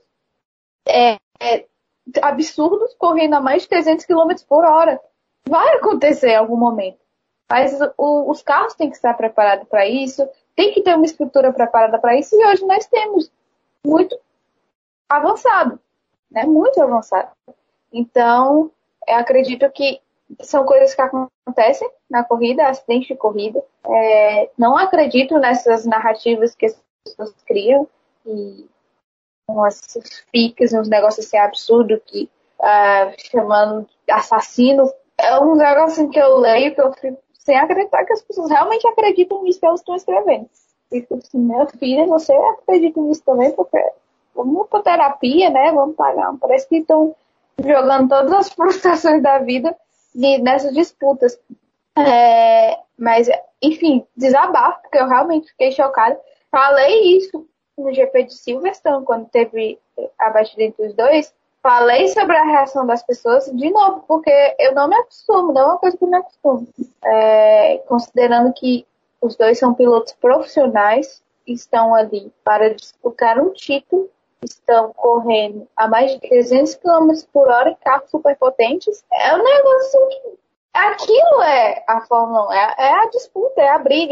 absurdos correndo a mais de 300 km por hora. Vai acontecer em algum momento. Mas os carros têm que estar preparados para isso, tem que ter uma estrutura preparada para isso, e hoje nós temos muito avançado, né? Muito avançado. Então, eu acredito que são coisas que acontecem na corrida, acidentes de corrida. Não acredito nessas narrativas que as pessoas criam e umas fics, uns negócios assim absurdos que chamando de assassino. É um negócio que eu leio que eu fico sem acreditar que as pessoas realmente acreditam nisso que elas estão escrevendo. Fico assim, minha filha, você acredita nisso também? Porque vamos para terapia, né? Vamos pagar. Parece que estão jogando todas as frustrações da vida nessas disputas. Mas, enfim, desabafo, porque eu realmente fiquei chocada. Falei isso no GP de Silverstone, quando teve a batida entre os dois. Falei sobre a reação das pessoas, de novo, porque eu não me acostumo, não é uma coisa que eu me acostumo. Considerando que os dois são pilotos profissionais, estão ali para disputar um título, estão correndo a mais de 300 km por hora em carros superpotentes. É um negócio que... Aquilo é a Fórmula 1, é a disputa, é a briga,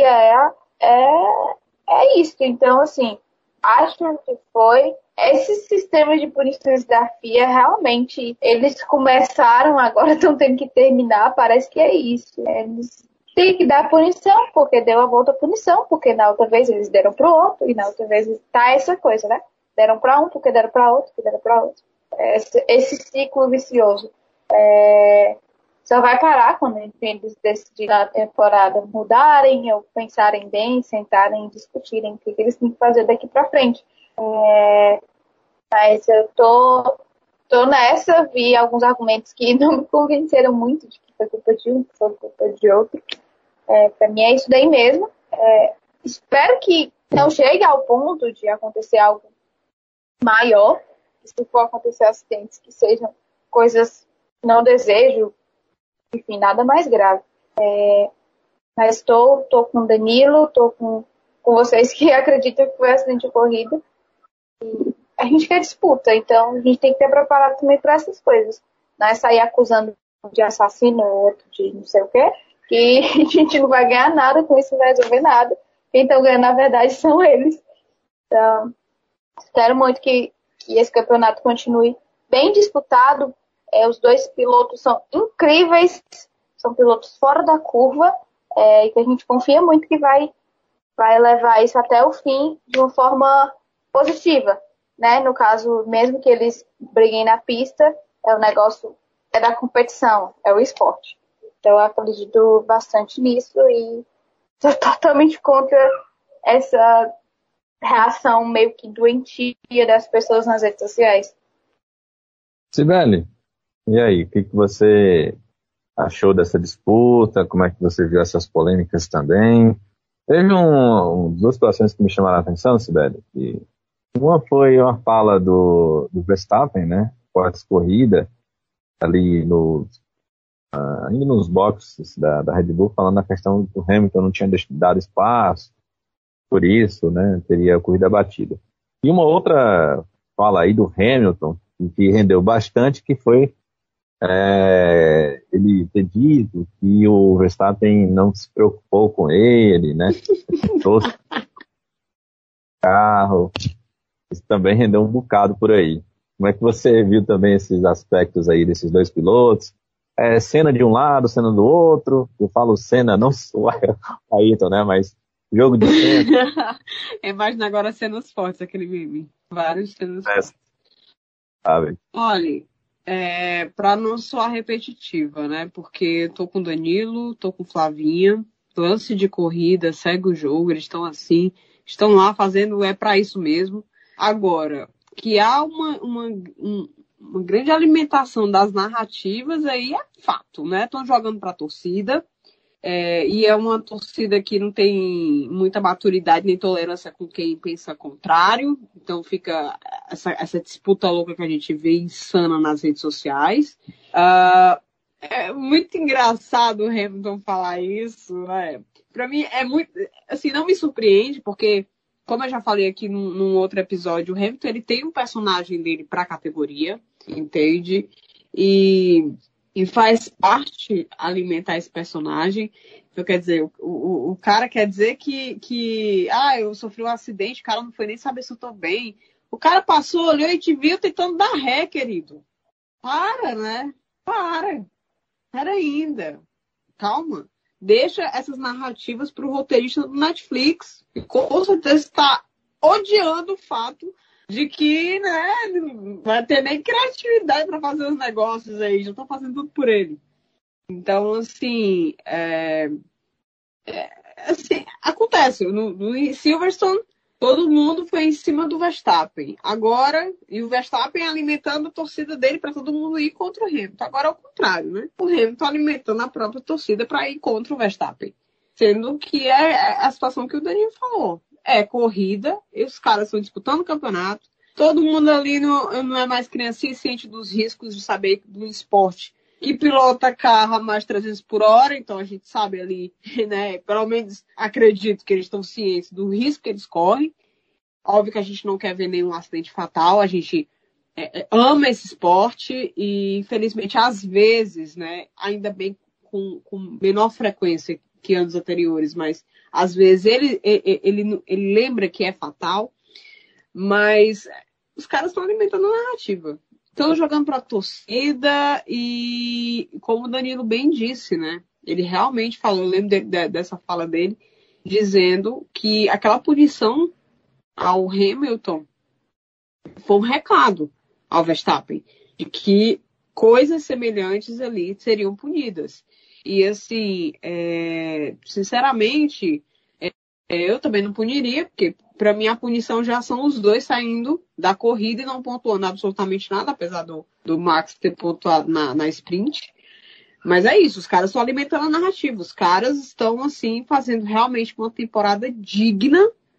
é isso. Então, assim, acho que foi... Esses sistemas de punições da FIA, realmente, eles começaram, agora estão tendo que terminar, parece que é isso. Eles têm que dar punição, porque deu a volta à punição, porque na outra vez eles deram pro outro, e na outra vez tá essa coisa, né? Deram para um, porque deram para outro, porque deram para outro. Esse ciclo vicioso. Só vai parar quando eles decidirem na temporada mudarem ou pensarem bem, sentarem e discutirem o que eles têm que fazer daqui para frente. Mas eu tô nessa, vi alguns argumentos que não me convenceram muito de que foi culpa de um, que foi culpa de outro. Para mim é isso daí mesmo. Espero que não chegue ao ponto de acontecer algo maior, se for acontecer acidentes que sejam coisas que não desejo, enfim, nada mais grave. Mas tô com o Danilo, tô com com vocês que acreditam que foi acidente de corrida. E a gente quer disputa, então a gente tem que ter preparado também para essas coisas. Não é sair acusando de assassino ou outro de não sei o quê, que a gente não vai ganhar nada com isso, não vai resolver nada. Quem estão ganhando, na verdade, são eles. Então, espero muito que esse campeonato continue bem disputado. Os dois pilotos são incríveis, são pilotos fora da curva, e que a gente confia muito que vai levar isso até o fim de uma forma positiva, né? No caso, mesmo que eles briguem na pista, o negócio é da competição, é o esporte. Então, eu acredito bastante nisso e sou totalmente contra essa reação meio que doentia das pessoas nas redes sociais. Sibeli, e aí, o que você achou dessa disputa? Como é que você viu essas polêmicas também? Teve duas situações que me chamaram a atenção, Sibeli. Uma foi uma fala do Verstappen, né? Pós-corrida, ali ainda nos boxes da Red Bull, falando na questão do Hamilton não tinha dado espaço, por isso, né, teria a corrida batida. E uma outra fala aí do Hamilton, que rendeu bastante, que foi ele ter dito que o Verstappen não se preocupou com ele, né, trouxe carro. Isso também rendeu um bocado por aí. Como é que você viu também esses aspectos aí desses dois pilotos? Cena de um lado, cena do outro. Eu falo cena, não o Ayrton, né? Mas jogo de cena. Imagina agora cenas fortes, aquele meme. Vários cenas fortes. Sabe? Olha, pra não soar repetitiva, né? Porque tô com o Danilo, tô com Flavinha, lance de corrida, segue o jogo, eles estão assim, estão lá fazendo, pra isso mesmo. Agora, que há uma grande alimentação das narrativas, aí é fato, né? Estão jogando para a torcida, e é uma torcida que não tem muita maturidade nem tolerância com quem pensa contrário, então fica essa disputa louca que a gente vê insana nas redes sociais. É muito engraçado o Hamilton falar isso, né? Para mim é muito, assim, não me surpreende, porque como eu já falei aqui num outro episódio, o Hamilton ele tem um personagem dele para a categoria, entende? E faz parte alimentar esse personagem. Então, quer dizer, o cara quer dizer que eu sofri um acidente, o cara não foi nem saber se eu tô bem. O cara passou, olhou e te viu tentando dar ré, querido. Para, né? Para ainda. Calma. Deixa essas narrativas para o roteirista do Netflix. E com certeza está odiando o fato de que, né, não vai ter nem criatividade para fazer os negócios aí. Já estão fazendo tudo por ele. Então, assim, assim acontece. No Silverstone, todo mundo foi em cima do Verstappen. Agora, e o Verstappen alimentando a torcida dele para todo mundo ir contra o Hamilton. Agora é o contrário, né? O Hamilton alimentando a própria torcida para ir contra o Verstappen. Sendo que é a situação que o Danilo falou. É corrida, e os caras estão disputando o campeonato. Todo mundo ali não é mais criancinha ciente dos riscos de saber do esporte que pilota carro a mais de 300 por hora, então a gente sabe ali, né, pelo menos acredito que eles estão cientes do risco que eles correm. Óbvio que a gente não quer ver nenhum acidente fatal, a gente ama esse esporte e, infelizmente, às vezes, né, ainda bem com menor frequência que anos anteriores, mas às vezes ele lembra que é fatal, mas os caras estão alimentando a narrativa. Estão jogando para a torcida e, como o Danilo bem disse, né? Ele realmente falou, eu lembro dessa fala dele, dizendo que aquela punição ao Hamilton foi um recado ao Verstappen de que coisas semelhantes ali seriam punidas. E, assim, sinceramente, eu também não puniria, porque para mim a punição já são os dois saindo da corrida e não pontuando absolutamente nada, apesar do Max ter pontuado na sprint. Mas é isso, os caras estão alimentando a narrativa. Os caras estão, assim, fazendo realmente uma temporada digna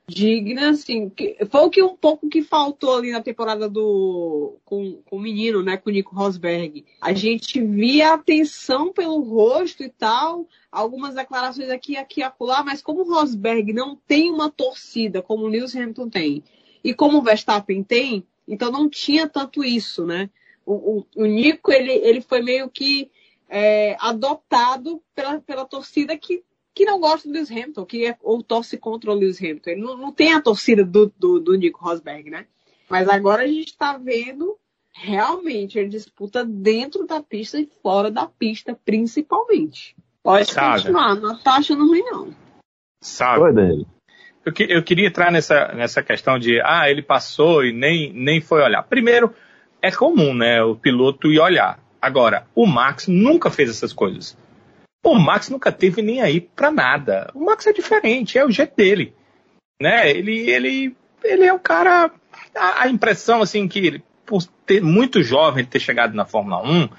digna, assim, foi o que um pouco que faltou ali na temporada com o menino, né, com o Nico Rosberg. A gente via atenção pelo rosto e tal, algumas declarações aqui e acolá, mas como o Rosberg não tem uma torcida como o Lewis Hamilton tem, e como o Verstappen tem, então não tinha tanto isso, né? O Nico, ele foi meio que adotado pela torcida que não gosta do Lewis Hamilton, ou torce contra o Lewis Hamilton. Ele não tem a torcida do Nico Rosberg, né? Mas agora a gente está vendo realmente ele disputa dentro da pista e fora da pista, principalmente. Pode continuar, não tá achando ruim, não. Sabe? Oi, Danilo. Eu queria entrar nessa questão de ele passou e nem foi olhar. Primeiro, é comum, né, o piloto ir olhar. Agora, o Max nunca fez essas coisas. O Max nunca teve nem aí pra nada. O Max é diferente, é o jeito dele, né? Ele é um cara... A impressão, assim, que ele, por ter muito jovem, ter chegado na Fórmula 1,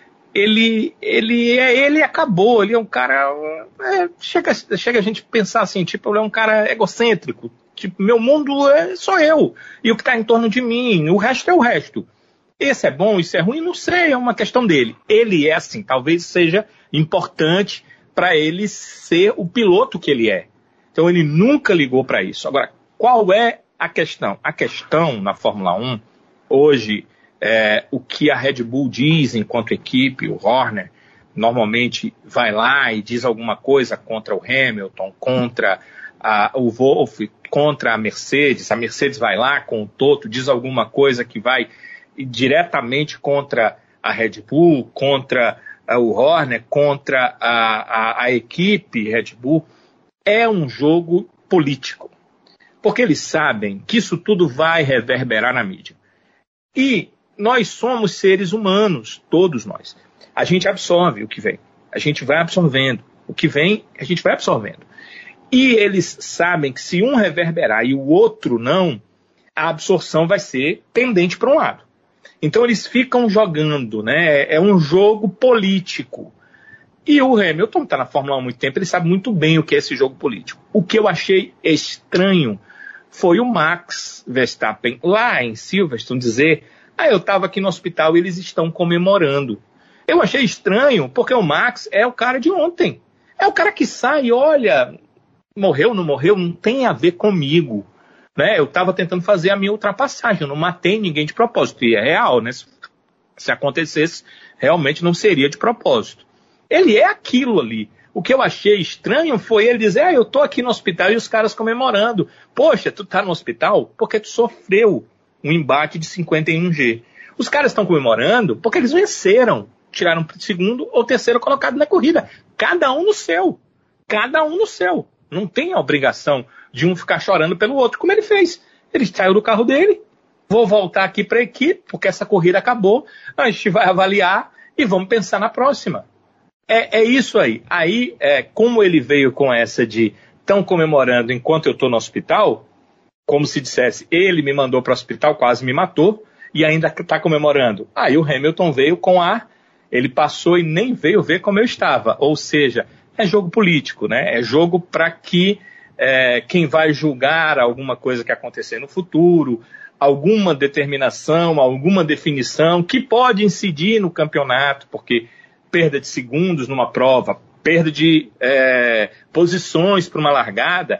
ele acabou, ele é um cara... chega a gente pensar assim, tipo, ele é um cara egocêntrico. Tipo, meu mundo sou eu, e o que está em torno de mim, o resto é o resto. Esse é bom, isso é ruim, não sei, é uma questão dele. Ele é assim, talvez seja importante para ele ser o piloto que ele é. Então ele nunca ligou para isso. Agora, qual é a questão? A questão na Fórmula 1, hoje, o que a Red Bull diz enquanto equipe, o Horner, normalmente vai lá e diz alguma coisa contra o Hamilton, contra o Wolff, contra a Mercedes vai lá com o Toto, diz alguma coisa que vai diretamente contra a Red Bull, contra o Horner, contra a equipe Red Bull. É um jogo político, porque eles sabem que isso tudo vai reverberar na mídia. E nós somos seres humanos, todos nós. A gente absorve o que vem, a gente vai absorvendo. O que vem, a gente vai absorvendo. E eles sabem que se um reverberar e o outro não, a absorção vai ser tendente para um lado. Então eles ficam jogando, né? É um jogo político. E o Hamilton está na Fórmula 1 há muito tempo, ele sabe muito bem o que é esse jogo político. O que eu achei estranho foi o Max Verstappen, lá em Silverstone, dizer: eu estava aqui no hospital e eles estão comemorando. Eu achei estranho, porque o Max é o cara de ontem. É o cara que sai e olha, morreu, não morreu, não tem a ver comigo. Né? Eu estava tentando fazer a minha ultrapassagem, eu não matei ninguém de propósito, e é real, né? Se acontecesse, realmente não seria de propósito. Ele é aquilo ali. O que eu achei estranho foi ele dizer: eu estou aqui no hospital e os caras comemorando. Poxa, tu tá no hospital porque tu sofreu um embate de 51G. Os caras estão comemorando porque eles venceram, tiraram segundo ou terceiro colocado na corrida. Cada um no seu. Cada um no seu. Não tem a obrigação de um ficar chorando pelo outro, como ele fez. Ele saiu do carro dele, vou voltar aqui para a equipe, porque essa corrida acabou, a gente vai avaliar e vamos pensar na próxima. É isso aí. Aí, como ele veio com essa de estão comemorando enquanto eu estou no hospital, como se dissesse, ele me mandou para o hospital, quase me matou, e ainda está comemorando. Aí o Hamilton veio com ele passou e nem veio ver como eu estava. Ou seja, é jogo político, né? É jogo para que quem vai julgar alguma coisa que acontecer no futuro, alguma determinação, alguma definição que pode incidir no campeonato, porque perda de segundos numa prova, perda de posições para uma largada,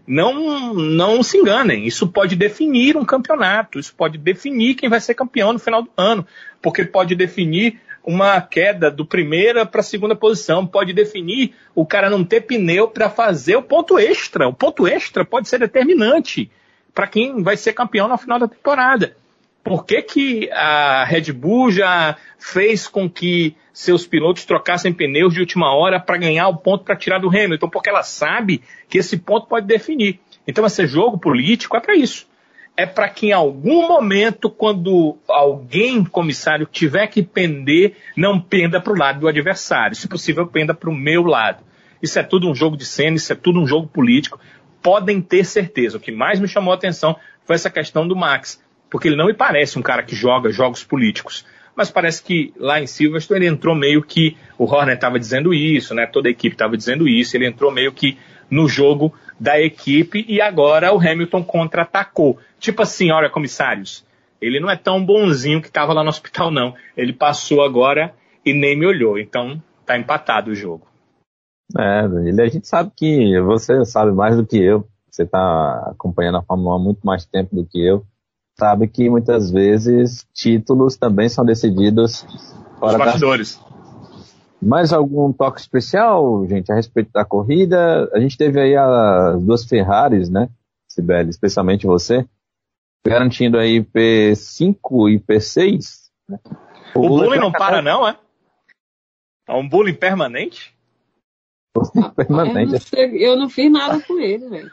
não se enganem, isso pode definir um campeonato, isso pode definir quem vai ser campeão no final do ano, porque pode definir uma queda do primeira para a segunda posição, pode definir o cara não ter pneu para fazer o ponto extra. O ponto extra pode ser determinante para quem vai ser campeão no final da temporada. Por que a Red Bull já fez com que seus pilotos trocassem pneus de última hora para ganhar o ponto para tirar do Hamilton? Porque ela sabe que esse ponto pode definir. Então esse jogo político é para isso. É para que em algum momento, quando alguém, comissário, tiver que pender, não penda para o lado do adversário. Se possível, penda para o meu lado. Isso é tudo um jogo de cena, isso é tudo um jogo político. Podem ter certeza. O que mais me chamou a atenção foi essa questão do Max. Porque ele não me parece um cara que joga jogos políticos. Mas parece que lá em Silverstone ele entrou meio que... O Horner estava dizendo isso, né? Toda a equipe estava dizendo isso. Ele entrou meio que no jogo da equipe e agora o Hamilton contra-atacou. Tipo assim, olha, comissários, ele não é tão bonzinho que estava lá no hospital, não. Ele passou agora e nem me olhou. Então, tá empatado o jogo. A gente sabe que você sabe mais do que eu. Você está acompanhando a Fórmula 1 há muito mais tempo do que eu. Sabe que muitas vezes títulos também são decididos fora dos bastidores. Mais algum toque especial, gente, a respeito da corrida? A gente teve aí as duas Ferraris, né, Sibeli, especialmente você, garantindo aí P5 e P6. Né? O bullying não para não, é? É um bullying permanente? Permanente. Eu não fiz nada com ele, velho.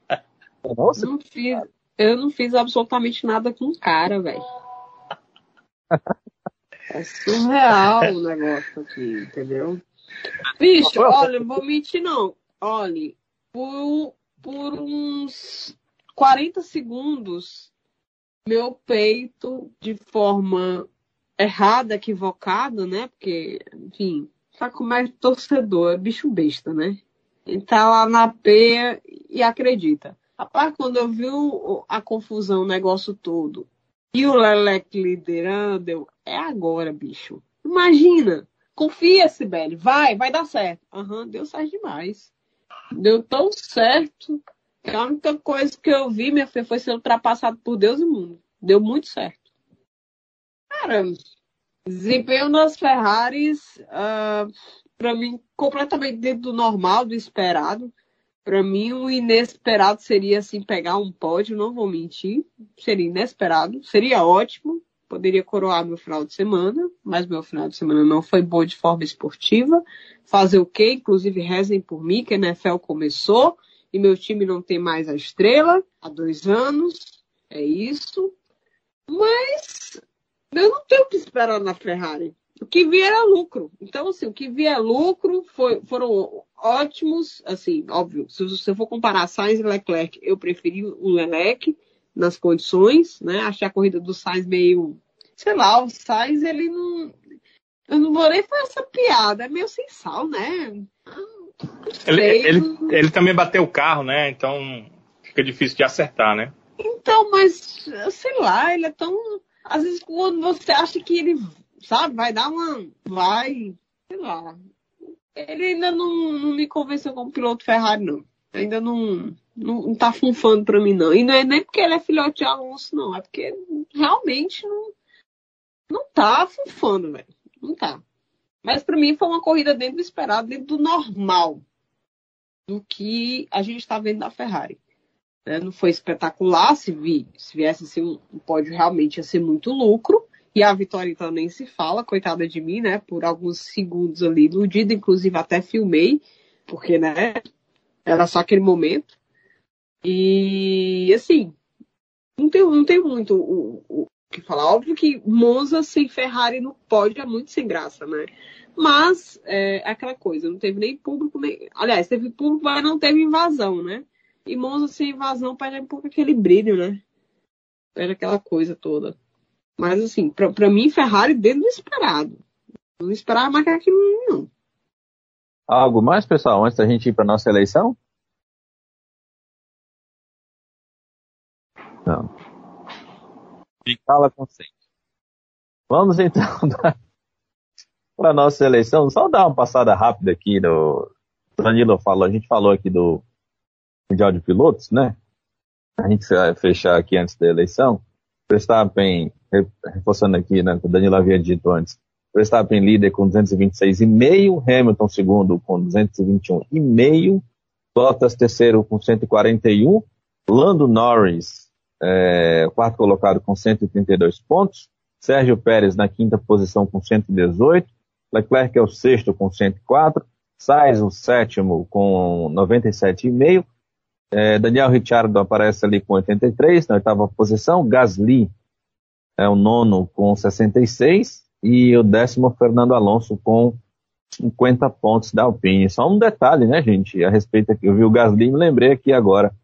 Eu não fiz absolutamente nada com o cara, velho. É surreal o negócio aqui, entendeu? Bicho, olha, não vou mentir não. Olha, por uns 40 segundos, meu peito, de forma errada, equivocada, né? Porque, enfim, sabe como é torcedor, é bicho besta, né? Ele tá lá na peia e acredita. Rapaz, quando eu vi a confusão, o negócio todo, e o Leclerc liderando, é agora, bicho. Imagina. Confia, Sibeli. Vai dar certo. Deu certo demais. Deu tão certo que a única coisa que eu vi, minha filha, foi ser ultrapassado por Deus e mundo. Deu muito certo. Cara, desempenho das Ferraris, pra mim, completamente dentro do normal, do esperado. Para mim, o inesperado seria, assim, pegar um pódio, não vou mentir. Seria inesperado, seria ótimo. Poderia coroar meu final de semana, mas meu final de semana não foi bom de forma esportiva. Fazer o quê? Inclusive, rezem por mim, que a NFL começou e meu time não tem mais a estrela há 2 anos. É isso. Mas eu não tenho o que esperar na Ferrari. O que vier é lucro. Então, assim, o que vier é lucro, foram ótimos, assim, óbvio. Se eu for comparar Sainz e Leclerc, eu preferi o Leclerc nas condições, né? Achei a corrida do Sainz meio, sei lá, o Sainz, ele não... Eu não vou nem fazer essa piada, é meio sem sal, né? Ele também bateu o carro, né? Então fica difícil de acertar, né? Então, mas, sei lá, ele é tão... Às vezes, quando você acha que ele... Sabe, sei lá. Ele ainda não me convenceu como piloto Ferrari, não. Ainda não tá funfando pra mim, não. E não é nem porque ele é filhote de Alonso, não. É porque realmente não tá funfando, velho. Não tá. Mas pra mim foi uma corrida dentro do esperado, dentro do normal. Do que a gente tá vendo da Ferrari. Não foi espetacular, se viesse assim, um pódio, realmente ia ser muito lucro. E a vitória, então, nem se fala, coitada de mim, né? Por alguns segundos ali, iludida, inclusive até filmei, porque, né? Era só aquele momento. E, assim, não tem muito o que falar. Óbvio que Monza sem Ferrari no pódio é muito sem graça, né? Mas, é aquela coisa, não teve nem público, nem... Aliás, teve público, mas não teve invasão, né? E Monza sem invasão perde um pouco aquele brilho, né? Perde aquela coisa toda. Mas, assim, pra mim, Ferrari dentro do esperado. Não esperava mais que aquilo, não. Algo mais, pessoal, antes da gente ir para nossa eleição? Não. Fala consciente. Vamos, então, para a nossa eleição. Só dar uma passada rápida aqui no... Danilo falou, a gente falou aqui do Mundial de Pilotos, né? A gente vai fechar aqui antes da eleição. Verstappen, reforçando aqui, né, que o Danilo havia dito antes, Verstappen líder com 226,5, Hamilton segundo com 221,5, Bottas terceiro com 141, Lando Norris quarto colocado com 132 pontos, Sérgio Pérez na quinta posição com 118, Leclerc é o sexto com 104, Sainz o sétimo com 97,5, Daniel Ricciardo aparece ali com 83, na oitava posição. Gasly é o nono com 66 e o décimo Fernando Alonso com 50 pontos da Alpine. Só um detalhe, né, gente, a respeito aqui, eu vi o Gasly, me lembrei aqui agora.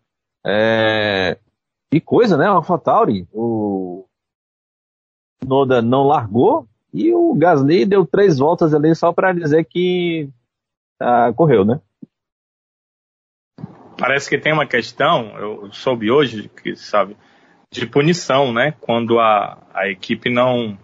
Que coisa, né, o AlphaTauri, o Noda não largou e o Gasly deu 3 voltas ali só para dizer que correu, né? parece que tem uma questão, eu soube hoje, que sabe, de punição, né? Quando a equipe não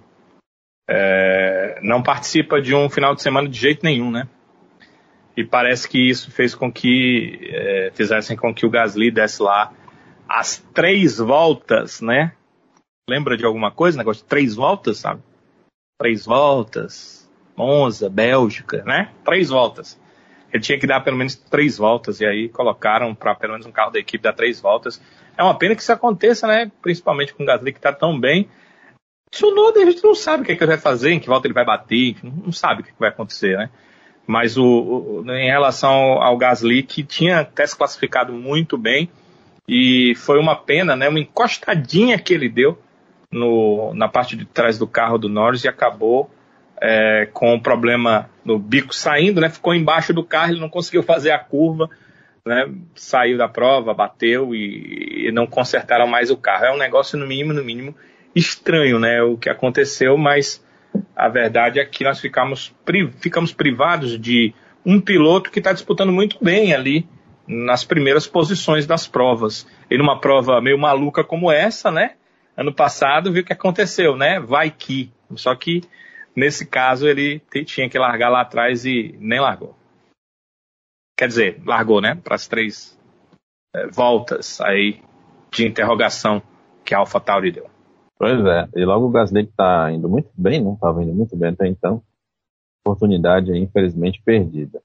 participa de um final de semana de jeito nenhum, né? E parece que isso fez com que fizessem com que o Gasly desse lá as 3 voltas, né? Lembra de alguma coisa? Negócio de 3 voltas, sabe? 3 voltas, Monza, Bélgica, né? 3 voltas. Ele tinha que dar pelo menos 3 voltas, e aí colocaram para pelo menos um carro da equipe dar 3 voltas. É uma pena que isso aconteça, né? Principalmente com o Gasly, que está tão bem. Tsunoda, a gente não sabe o que ele vai fazer, em que volta ele vai bater, não sabe o que vai acontecer, né? Mas em relação ao Gasly, que tinha até se classificado muito bem, e foi uma pena, né? Uma encostadinha que ele deu na parte de trás do carro do Norris, e acabou com um problema no bico saindo, né? Ficou embaixo do carro, ele não conseguiu fazer a curva, né? Saiu da prova, bateu e não consertaram mais o carro. É um negócio, no mínimo, estranho, né? O que aconteceu, mas a verdade é que nós ficamos privados de um piloto que está disputando muito bem ali nas primeiras posições das provas. E numa prova meio maluca como essa, né? Ano passado, viu o que aconteceu, né? Vai que. Só que, nesse caso, ele tinha que largar lá atrás e nem largou. Quer dizer, largou, né? Para as 3 voltas aí de interrogação que a AlphaTauri deu. Pois é, e logo o Gasly está indo muito bem, não estava indo muito bem até então. Oportunidade aí, infelizmente, perdida.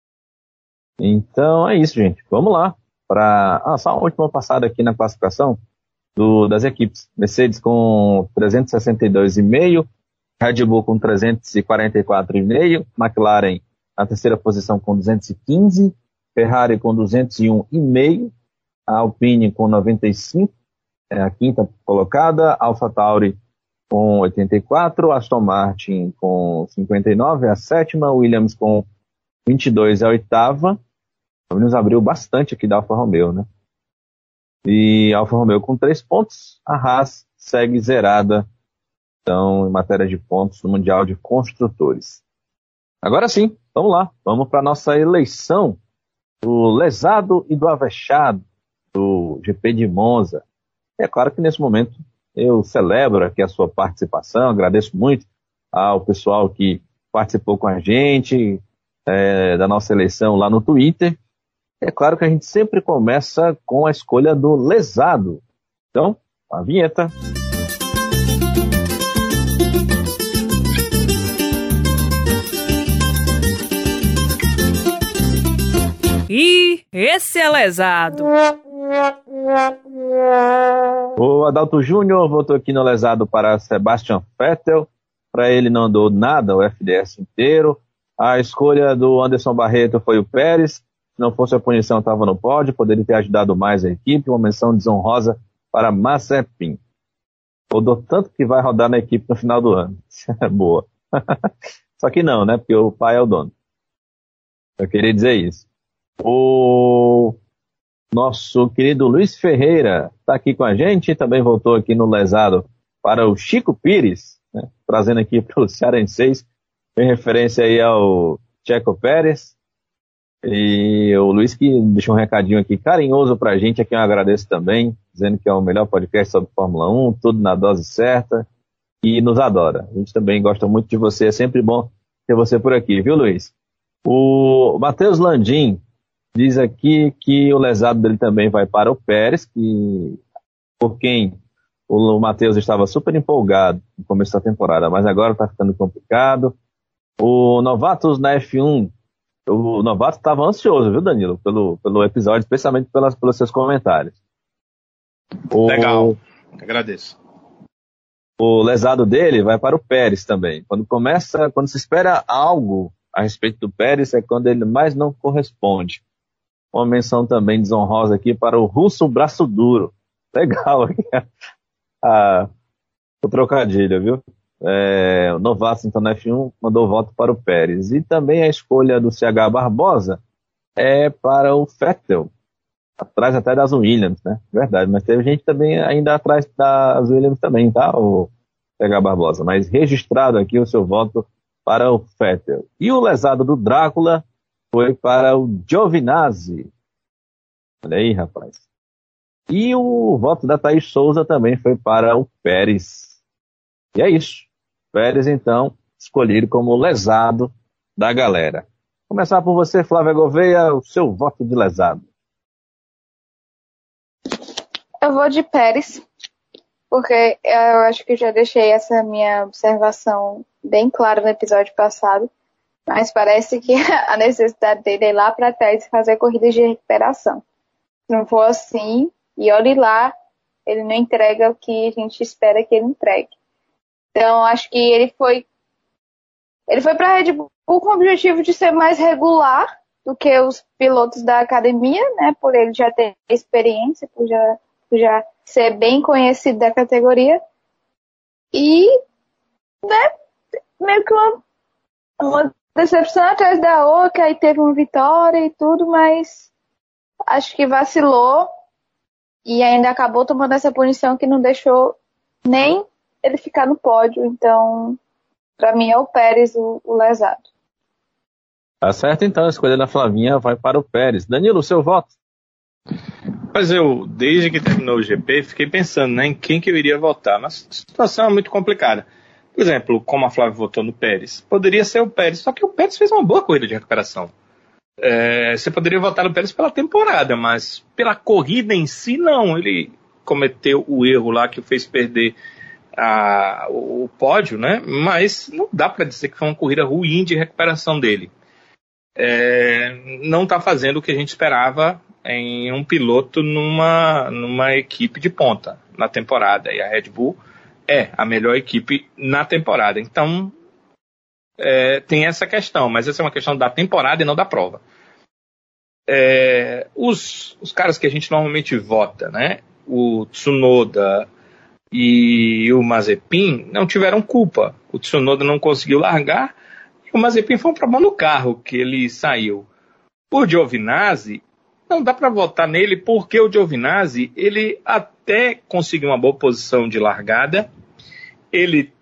Então é isso, gente. Vamos lá. Só uma última passada aqui na classificação das equipes. Mercedes com 362,5, Red Bull com 344,5, McLaren na terceira posição com 215, Ferrari com 201,5, a Alpine com 95, a quinta colocada, AlphaTauri com 84, Aston Martin com 59, a sétima, Williams com 22, a oitava. O Williams abriu bastante aqui da Alfa Romeo, né? E a Alfa Romeo com 3 pontos, a Haas segue zerada, então, em matéria de pontos no Mundial de Construtores. Agora sim, vamos lá, vamos para a nossa eleição do lesado e do avexado do GP de Monza. É claro que nesse momento eu celebro aqui a sua participação, agradeço muito ao pessoal que participou com a gente da nossa eleição lá no Twitter. É claro que a gente sempre começa com a escolha do lesado. Então, a vinheta. E esse é lesado. O Adalto Júnior votou aqui no lesado para Sebastian Vettel. Para ele não andou nada, o FDS inteiro. A escolha do Anderson Barreto foi o Pérez. Se não fosse a punição, estava no pódio. Poderia ter ajudado mais a equipe. Uma menção desonrosa para Mazepin. Rodou tanto que vai rodar na equipe no final do ano. É boa. Só que não, né? Porque o pai é o dono. Eu queria dizer isso. O nosso querido Luiz Ferreira está aqui com a gente, também voltou aqui no lesado para o Chico Pires, né, trazendo aqui para o Cearenseis, em referência aí ao Checo Pérez. E o Luiz que deixou um recadinho aqui carinhoso para a gente, aqui eu agradeço também, dizendo que é o melhor podcast sobre Fórmula 1, tudo na dose certa, e nos adora. A gente também gosta muito de você, é sempre bom ter você por aqui, viu, Luiz? O Matheus Landim diz aqui que o lesado dele também vai para o Pérez, por quem o Matheus estava super empolgado no começo da temporada, mas agora está ficando complicado. O Novatos na F1, o Novato estava ansioso, viu, Danilo, pelo episódio, especialmente pelos seus comentários. Legal, agradeço. O lesado dele vai para o Pérez também. Quando se espera algo a respeito do Pérez, é quando ele mais não corresponde. Uma menção também desonrosa aqui para o Russo Braço Duro. Legal aqui o trocadilho, viu? O Novato, então, na F1, mandou voto para o Pérez. E também a escolha do CH Barbosa é para o Vettel. Atrás até das Williams, né? Verdade, mas teve gente também ainda atrás das Williams também, tá? O CH Barbosa. Mas registrado aqui o seu voto para o Vettel. E o lesado do Drácula foi para o Giovinazzi. Olha aí, rapaz. E o voto da Thaís Souza também foi para o Pérez. E é isso. Pérez, então, escolhido como lesado da galera. Vou começar por você, Flávia Gouveia, o seu voto de lesado. Eu vou de Pérez, porque eu acho que já deixei essa minha observação bem clara no episódio passado, mas parece que a necessidade dele é ir lá para trás e fazer corridas de recuperação. Se não for assim, e olhe lá, ele não entrega o que a gente espera que ele entregue. Então, acho que ele foi para a Red Bull com o objetivo de ser mais regular do que os pilotos da academia, né? Por ele já ter experiência, por já ser bem conhecido da categoria. E, né, meio que uma decepção atrás da outra, aí teve uma vitória e tudo, mas acho que vacilou e ainda acabou tomando essa punição que não deixou nem ele ficar no pódio. Então, para mim é o Pérez o lesado. Tá certo, então, a escolha da Flavinha vai para o Pérez. Danilo, o seu voto? Mas eu, desde que terminou o GP, fiquei pensando, né, em quem que eu iria votar. Mas a situação é muito complicada. Por exemplo, como a Flávia votou no Pérez, poderia ser o Pérez, só que o Pérez fez uma boa corrida de recuperação. Você poderia votar no Pérez pela temporada, mas pela corrida em si, não. Ele cometeu o erro lá que o fez perder o pódio, né? Mas não dá para dizer que foi uma corrida ruim de recuperação dele. Não está fazendo o que a gente esperava em um piloto numa equipe de ponta na temporada. E a Red Bull é a melhor equipe na temporada. Então, tem essa questão, mas essa é uma questão da temporada e não da prova. Os caras que a gente normalmente vota, né? O Tsunoda e o Mazepin não tiveram culpa. O Tsunoda não conseguiu largar e o Mazepin foi um problema no carro que ele saiu. O Giovinazzi, não dá para votar nele porque o Giovinazzi, ele até conseguiu uma boa posição de largada. Ele,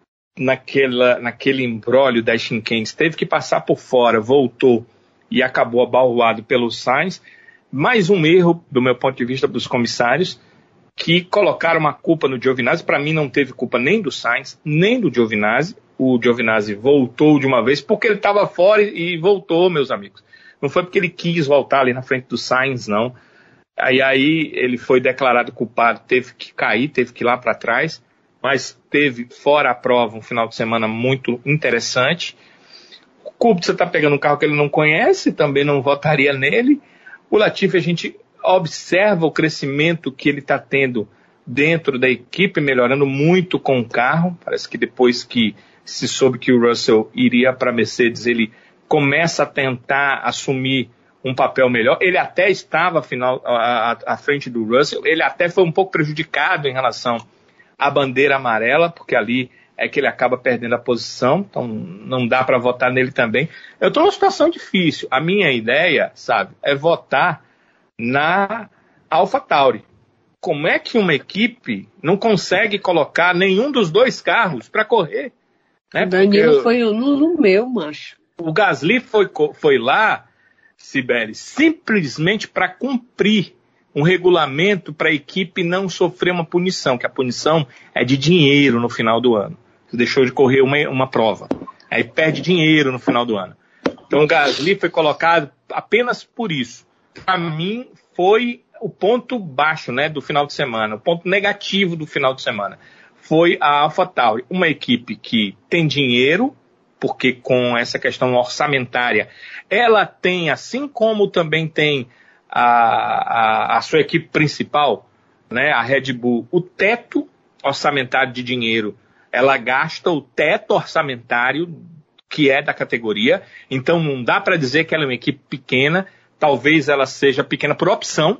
naquele imbróglio das chinquentes, teve que passar por fora, voltou e acabou abalroado pelo Sainz. Mais um erro, do meu ponto de vista, dos comissários, que colocaram uma culpa no Giovinazzi. Para mim não teve culpa nem do Sainz, nem do Giovinazzi. O Giovinazzi voltou de uma vez porque ele estava fora e voltou, meus amigos. Não foi porque ele quis voltar ali na frente do Sainz, não. Aí ele foi declarado culpado, teve que cair, teve que ir lá para trás, mas teve fora a prova um final de semana muito interessante. O Kubica está pegando um carro que ele não conhece, também não votaria nele. O Latifi, a gente observa o crescimento que ele está tendo dentro da equipe, melhorando muito com o carro. Parece que depois que se soube que o Russell iria para a Mercedes, ele começa a tentar assumir um papel melhor. Ele até estava à frente do Russell, ele até foi um pouco prejudicado em relação à bandeira amarela, porque ali é que ele acaba perdendo a posição, então não dá para votar nele também. Eu estou numa situação difícil. A minha ideia, sabe, é votar na AlphaTauri. Como é que uma equipe não consegue colocar nenhum dos dois carros para correr? Né? O Danilo foi no meu, macho. O Gasly foi lá, Sibeli, simplesmente para cumprir um regulamento para a equipe não sofrer uma punição, que a punição é de dinheiro no final do ano. Você deixou de correr uma prova, aí perde dinheiro no final do ano. Então o Gasly foi colocado apenas por isso. Para mim foi o ponto baixo, né, do final de semana, o ponto negativo do final de semana. Foi a AlphaTauri, uma equipe que tem dinheiro, porque com essa questão orçamentária, ela tem, assim como também tem a sua equipe principal, né, a Red Bull, o teto orçamentário de dinheiro, ela gasta o teto orçamentário que é da categoria, então não dá para dizer que ela é uma equipe pequena, talvez ela seja pequena por opção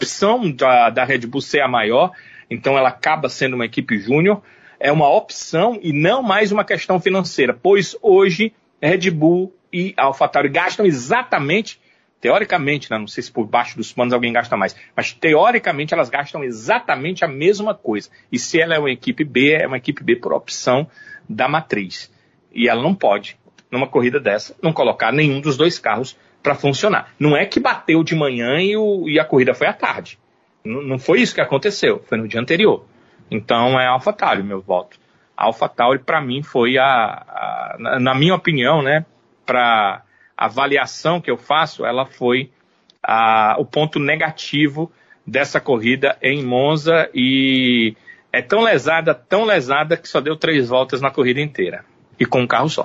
da Red Bull ser a maior, então ela acaba sendo uma equipe júnior, é uma opção e não mais uma questão financeira, pois hoje Red Bull e AlphaTauri gastam exatamente, teoricamente, né, não sei se por baixo dos panos alguém gasta mais, mas teoricamente elas gastam exatamente a mesma coisa. E se ela é uma equipe B, é uma equipe B por opção da matriz. E ela não pode, numa corrida dessa, não colocar nenhum dos dois carros para funcionar. Não é que bateu de manhã e a corrida foi à tarde. Não foi isso que aconteceu, foi no dia anterior. Então é AlphaTauri meu voto. A AlphaTauri para mim foi na minha opinião, né, para a avaliação que eu faço, ela foi o ponto negativo dessa corrida em Monza, e é tão lesada que só deu 3 voltas na corrida inteira e com um carro só.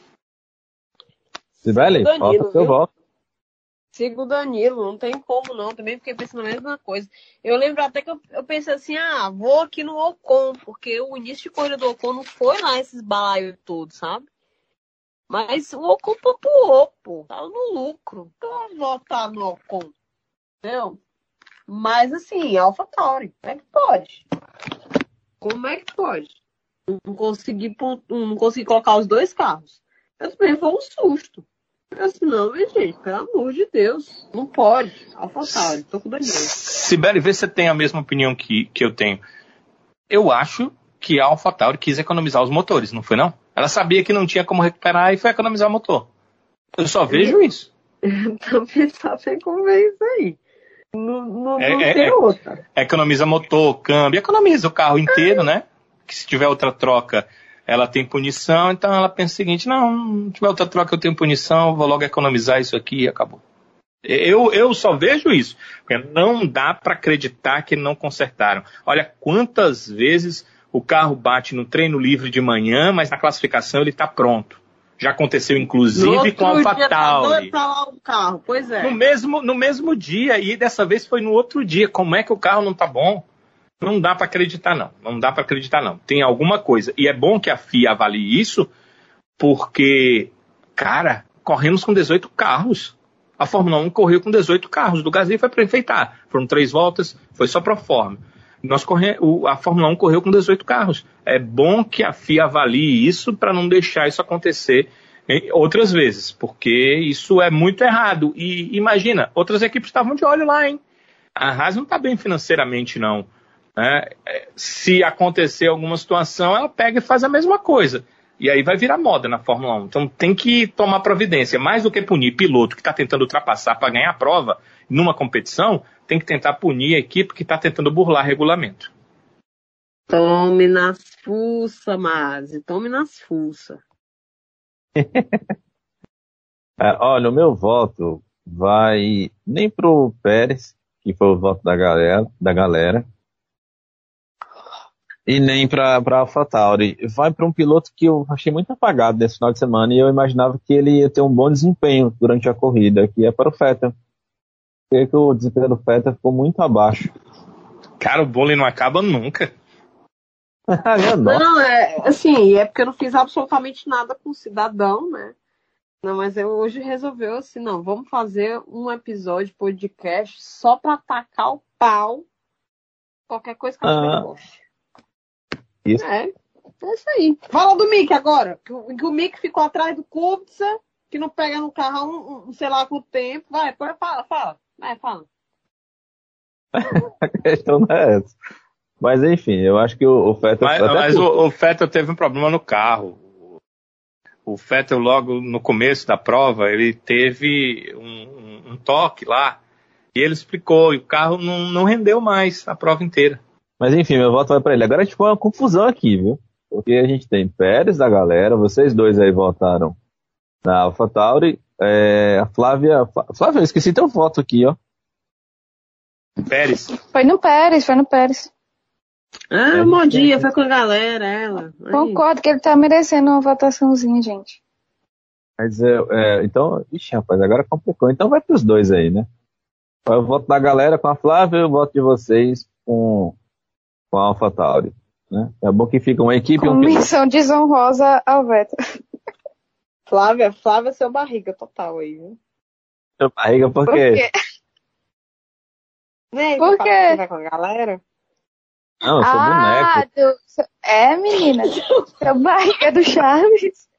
Sibeli, falta o seu voto. Sigo o Danilo, não tem como não, também fiquei pensando a mesma coisa. Eu lembro até que eu pensei assim, vou aqui no Ocon, porque o início de corrida do Ocon não foi lá esses balaios todos, sabe? Mas o Ocon pontuou, pô, tava no lucro. Então eu vou votar no Ocon, entendeu? Mas assim, AlphaTauri, como é que pode? Como é que pode? Não consegui colocar os 2 carros. Eu também foi um susto. Assim, não, gente, pelo amor de Deus, não pode. AlphaTauri, tô com o Danilo. Sibeli, vê se você tem a mesma opinião que eu tenho. Eu acho que a AlphaTauri quis economizar os motores, não foi não? Ela sabia que não tinha como recuperar e foi economizar o motor. Eu só vejo isso. Eu também sabia como é isso aí. Não tem outra. Economiza motor, câmbio, economiza o carro inteiro, né? Que se tiver outra troca, ela tem punição, então ela pensa o seguinte, não tiver outra troca, eu tenho punição, vou logo economizar isso aqui e acabou. Eu só vejo isso, porque não dá para acreditar que não consertaram. Olha quantas vezes o carro bate no treino livre de manhã, mas na classificação ele está pronto. Já aconteceu, inclusive, com a AlphaTauri. O carro, pois é. No mesmo dia, e dessa vez foi no outro dia. Como é que o carro não está bom? Não dá para acreditar, não. Não dá para acreditar, não. Tem alguma coisa. E é bom que a FIA avalie isso, porque, cara, corremos com 18 carros. A Fórmula 1 correu com 18 carros. Do Gasly foi para enfeitar. Foram 3 voltas, foi só pro forma. A Fórmula 1 correu com 18 carros. É bom que a FIA avalie isso para não deixar isso acontecer outras vezes, porque isso é muito errado. E imagina, outras equipes estavam de olho lá, hein? A Haas não está bem financeiramente, não. Se acontecer alguma situação, ela pega e faz a mesma coisa. E aí vai virar moda na Fórmula 1. Então tem que tomar providência. Mais do que punir piloto que está tentando ultrapassar para ganhar a prova numa competição, tem que tentar punir a equipe que está tentando burlar regulamento. Tome nas fuças, Mazi. Tome nas fuças. Olha, o meu voto vai nem pro Pérez, que foi o voto da galera, e nem para AlphaTauri. Vai para um piloto que eu achei muito apagado nesse final de semana e eu imaginava que ele ia ter um bom desempenho durante a corrida, que é para o Vettel. Porque o desempenho do Vettel ficou muito abaixo. Cara, o bolo não acaba nunca. Não, é porque eu não fiz absolutamente nada com o cidadão, né? Não, mas eu hoje resolveu assim, não, vamos fazer um episódio podcast só para atacar o pau qualquer coisa que a gente goste. Isso. É isso aí. Fala do Mick agora, que o Mick ficou atrás do Kubica, que não pega no carro sei lá quanto tempo. Vai, fala. Vai, fala. A questão não é essa. Mas enfim, eu acho que o Vettel... Mas o Vettel teve um problema no carro. O Vettel logo no começo da prova, ele teve um toque lá, e ele explicou, e o carro não rendeu mais a prova inteira. Mas enfim, meu voto vai para ele. Agora a gente ficou uma confusão aqui, viu? Porque a gente tem Pérez da galera, vocês dois aí votaram na AlphaTauri, a Flávia, eu esqueci teu voto aqui, ó. Pérez. Foi no Pérez. Bom dia, foi com a galera, ela. Concordo que ele tá merecendo uma votaçãozinha, gente. Mas então, ixi, rapaz, agora complicou. Então vai pros dois aí, né? Vai o voto da galera com a Flávia e o voto de vocês com a AlphaTauri, né? É bom que fica uma equipe e um piloto. Comissão desonrosa ao Vettel. Flávia, seu barriga total aí, viu? Seu barriga por quê? Por quê? Vai com a galera? Não, eu sou boneco. Menina. Seu barriga do Chaves.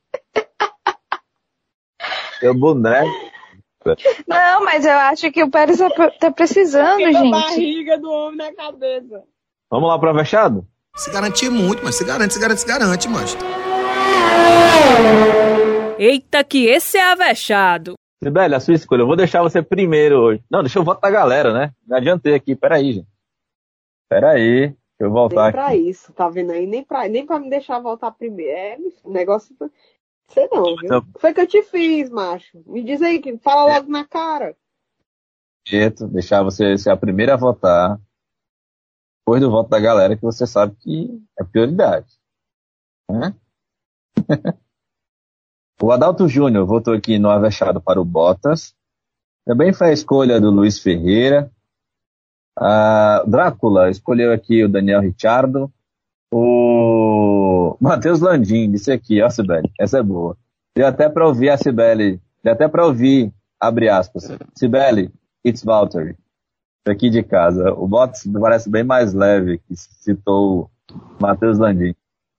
Seu boneco. Não, mas eu acho que o Pérez tá precisando, gente. A barriga do homem na cabeça. Vamos lá pro Avexado? Se garantir muito, mas se garante, mas. Eita, que esse é Avexado. Sibeli, a sua escolha. Eu vou deixar você primeiro hoje. Não, deixa eu votar da galera, né? Me adiantei aqui. Peraí, gente. Peraí. Deixa eu voltar Nem pra aqui. isso, tá vendo aí? Nem pra me deixar voltar primeiro. É, negócio. Sei não, viu? O que foi que eu te fiz, macho? Me diz aí, fala logo na cara. Deixar você ser a primeira a votar. Depois do voto da galera, que você sabe que é prioridade. Né? O Adalto Júnior votou aqui no Avexado para o Bottas. Também foi a escolha do Luiz Ferreira. A Drácula escolheu aqui o Daniel Ricciardo. O Matheus Landim disse aqui, ó, Sibeli, essa é boa. Deu até para ouvir a Sibeli, deu até para ouvir, abre aspas, Sibeli, it's Valtteri. Aqui de casa. O Bottas parece bem mais leve, que citou o Matheus Landim.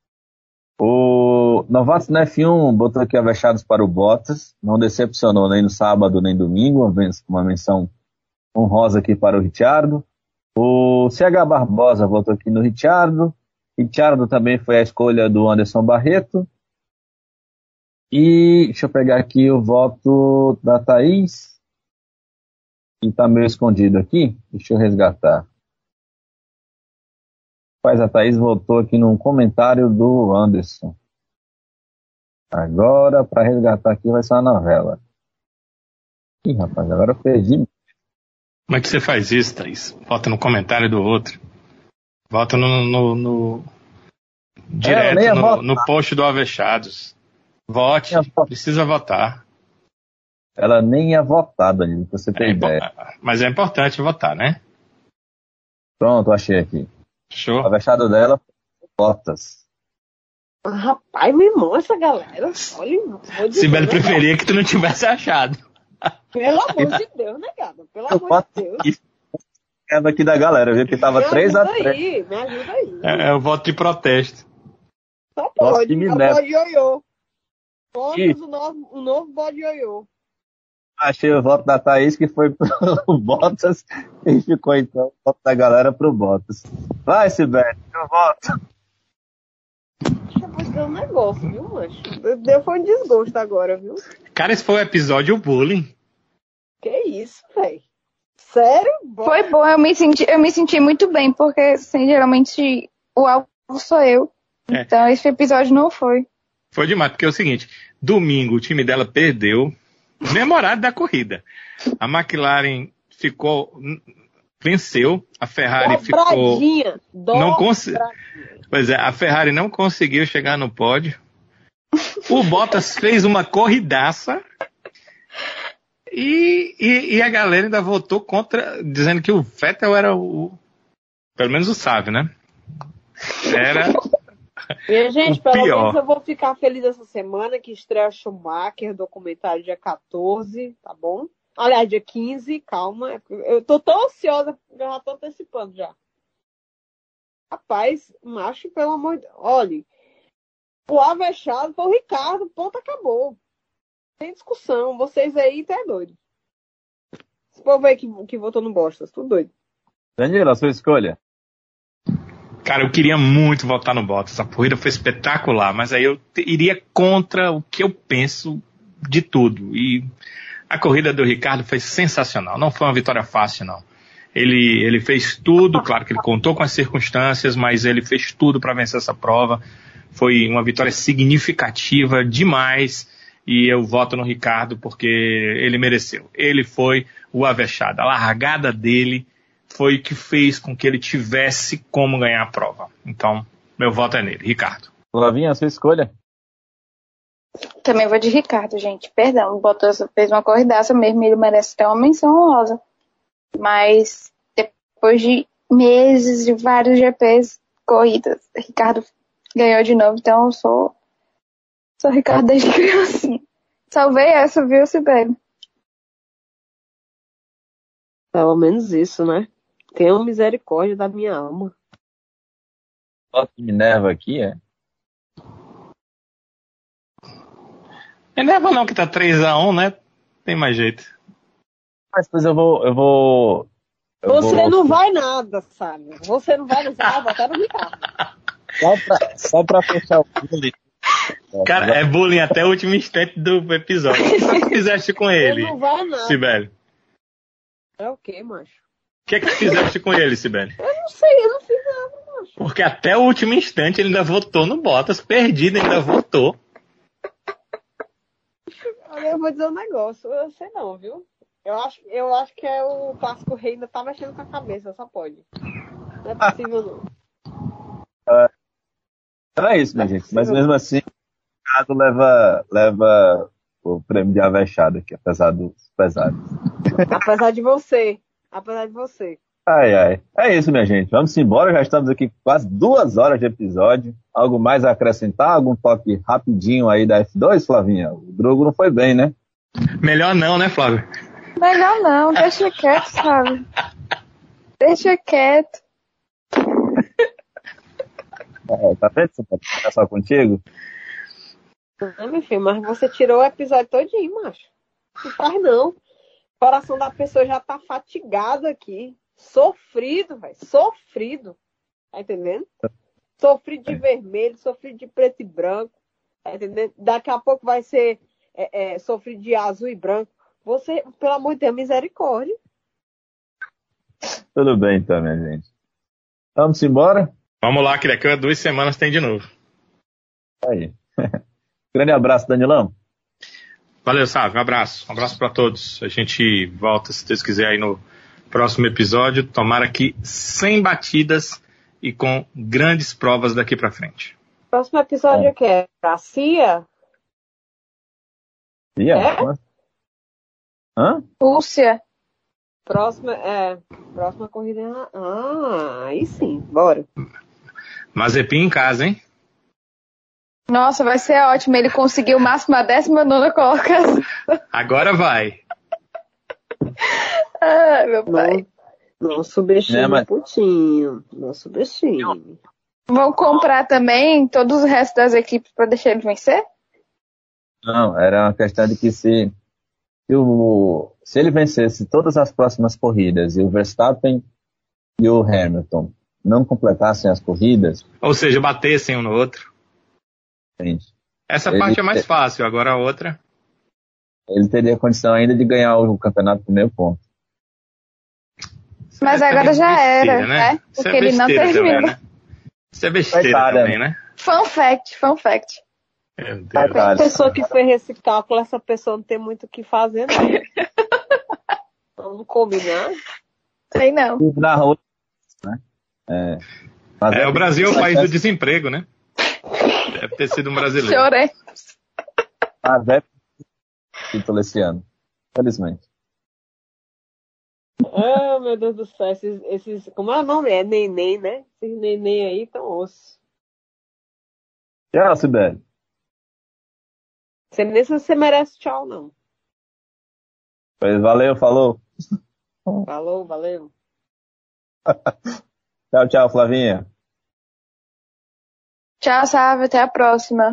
O Novatos na F1 botou aqui Avechados para o Bottas. Não decepcionou nem no sábado nem domingo. Uma menção honrosa aqui para o Ricciardo. O CH Barbosa votou aqui no Ricciardo. Ricciardo também foi a escolha do Anderson Barreto. E deixa eu pegar aqui o voto da Thaís, que está meio escondido aqui. Deixa eu resgatar. Rapaz, a Thaís voltou aqui num comentário do Anderson. Agora, para resgatar aqui, vai ser uma novela. Ih, rapaz, agora eu perdi. Como é que você faz isso, Thaís? Vota no comentário do outro. Vota no direto no post do Avechados. Vote, precisa votar. Ela nem ia votar, Danilo, pra você ter ideia. Mas é importante votar, né? Pronto, achei aqui. Show. O avexado dela, Bottas. Rapaz, meu irmão, essa galera, olha... Sibeli preferia que tu não tivesse achado. Pelo amor de Deus, né, cara? Pelo amor de Deus. Aqui da galera, viu? Que tava 3-3. Me ajuda aí. É o voto de protesto. Só pode, é o bode ioiô. Todos o novo bode ioiô. Achei o voto da Thaís, que foi pro Bottas, e ficou então o voto da galera pro Bottas. Vai, Sibeli, eu voto. Depois deu um negócio, viu, mancho? Foi um desgosto agora, viu? Cara, esse foi o episódio bullying. Que isso, velho? Sério? Foi bom, eu me senti muito bem, porque assim, geralmente o alvo sou eu. É. Então esse episódio não foi. Foi demais, porque é o seguinte, domingo o time dela perdeu, memorado da corrida. A McLaren venceu, a Ferrari ficou... Pois é, a Ferrari não conseguiu chegar no pódio. O Bottas fez uma corridaça e a galera ainda votou contra, dizendo que o Vettel era pelo menos o sábio, né? Era Minha gente, o pelo pior. menos eu vou ficar feliz essa semana que estreia Schumacher, documentário dia 14, tá bom? Aliás, dia 15, calma. Eu tô tão ansiosa, eu já tô antecipando já. Rapaz, macho, pelo amor de Deus. Olha, o avexado foi o Ricardo, ponto, acabou. Sem discussão. Vocês aí, tá doido. Esse povo aí que votou no Bottas, tudo doido. Danilo, a sua escolha. Cara, eu queria muito votar no Bottas. A corrida foi espetacular, mas aí eu iria contra o que eu penso de tudo. E a corrida do Ricardo foi sensacional. Não foi uma vitória fácil, não. Ele fez tudo, claro que ele contou com as circunstâncias, mas ele fez tudo para vencer essa prova. Foi uma vitória significativa demais e eu voto no Ricardo porque ele mereceu. Ele foi o avexado. A largada dele foi o que fez com que ele tivesse como ganhar a prova. Então, meu voto é nele, Ricardo. Flavinha, a sua escolha. Também vou de Ricardo, gente. Perdão, o Bottas fez uma corridaça mesmo, ele merece ter uma menção honrosa. Mas depois de meses de vários GPs, corridas, Ricardo ganhou de novo, então eu sou Ricardo desde criancinha. Salvei essa, viu, Sibeli? Pelo menos isso, né? Tenha misericórdia da minha alma. Só que Minerva aqui, é? Minerva não, que tá 3-1, né? Tem mais jeito. Mas depois eu vou não vai nada, sabe? Você não vai nada, vai botar no Ricardo. Só pra fechar o bullying. Cara, é bullying até o último instante do episódio. O que fizeste com ele, Eu não vou, não. Sibeli? É o quê, macho? O que é que fizeste com ele, Sibeli? Eu não sei, eu não fiz nada, macho. Porque até o último instante ele ainda votou no Bottas, perdido ainda votou. Olha, eu vou dizer um negócio, eu sei não, viu? Eu acho que é o Clássico Rei ainda tá mexendo com a cabeça, só pode. Não é possível, não. Então é isso, minha gente. Mas mesmo assim, o caso leva o prêmio de avexado aqui, apesar dos pesares. Apesar de você. Ai, ai. É isso, minha gente. Vamos embora. Já estamos aqui com quase 2 horas de episódio. Algo mais a acrescentar? Algum toque rapidinho aí da F2, Flavinha? O Drogo não foi bem, né? Melhor não, né, Flávio? Melhor não, deixa quieto, sabe? Deixa quieto. Tá vendo? Você pode ficar só contigo? Não, meu filho, mas você tirou o episódio todinho, macho. Não faz não. O coração da pessoa já tá fatigado aqui. Sofrido, velho. Sofrido. Tá entendendo? Sofrido de vermelho, sofrido de preto e branco. Tá entendendo? Daqui a pouco vai ser sofrido de azul e branco. Você, pelo amor de Deus, misericórdia. Tudo bem, então, minha gente. Vamos embora? Vamos lá, que daqui a 2 semanas tem de novo. Aí. Grande abraço, Danilão. Valeu, Sávio. Um abraço. Um abraço para todos. A gente volta, se Deus quiser, aí no próximo episódio. Tomara que 100 batidas e com grandes provas daqui para frente. Próximo episódio é o quê? Pra CIA? Cia? É? Hã? Rússia. Próxima corrida. Aí sim, bora. Mazepin em casa, hein? Nossa, vai ser ótimo. Ele conseguiu o máximo a 19ª colocação. Agora vai. Ai, meu pai. Não subestime mas... o Putinho. Não subestime. Vão comprar também todos os restos das equipes para deixar ele vencer? Não, era uma questão de que se ele vencesse todas as próximas corridas e o Verstappen e o Hamilton não completassem as corridas... Ou seja, batessem um no outro. Gente, Essa parte é mais fácil, agora a outra... Ele teria condição ainda de ganhar o campeonato por meio ponto. Mas agora já era, né? Porque ele não terminou. Também, né? Isso é besteira também, né? Fun fact. Meu Deus. A pessoa que fez esse cálculo, essa pessoa não tem muito o que fazer, não. Vamos combinar? Sei não. Na rua, né? O Brasil é o país do desemprego, né? Deve ter sido um brasileiro. Chorei. Mas é título esse ano, felizmente. Oh, meu Deus do céu, esses como é o nome? É neném, né? Esses neném aí estão osso. Tchau, Sibeli. Você nem se você merece tchau, não. Pois valeu, falou. Falou, valeu. Tchau, Flavinha. Tchau, Sávio. Até a próxima.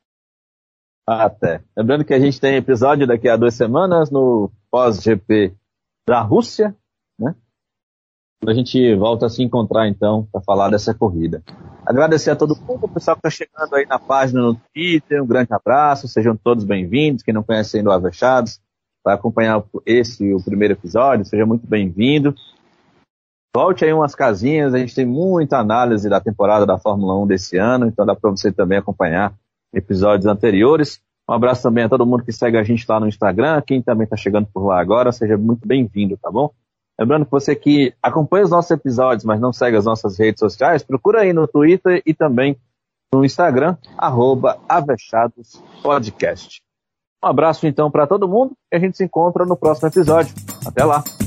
Até. Lembrando que a gente tem episódio daqui a 2 semanas no pós-GP da Rússia, né? A gente volta a se encontrar, então, para falar dessa corrida. Agradecer a todo mundo, o pessoal que está chegando aí na página no Twitter, um grande abraço, sejam todos bem-vindos. Quem não conhece ainda o Avechados, vai acompanhar o primeiro episódio, seja muito bem-vindo. Volte aí umas casinhas, a gente tem muita análise da temporada da Fórmula 1 desse ano, então dá para você também acompanhar episódios anteriores. Um abraço também a todo mundo que segue a gente lá no Instagram, quem também está chegando por lá agora, seja muito bem-vindo, tá bom? Lembrando que você que acompanha os nossos episódios, mas não segue as nossas redes sociais, procura aí no Twitter e também no Instagram, @avechadospodcast. Um abraço então para todo mundo e a gente se encontra no próximo episódio. Até lá!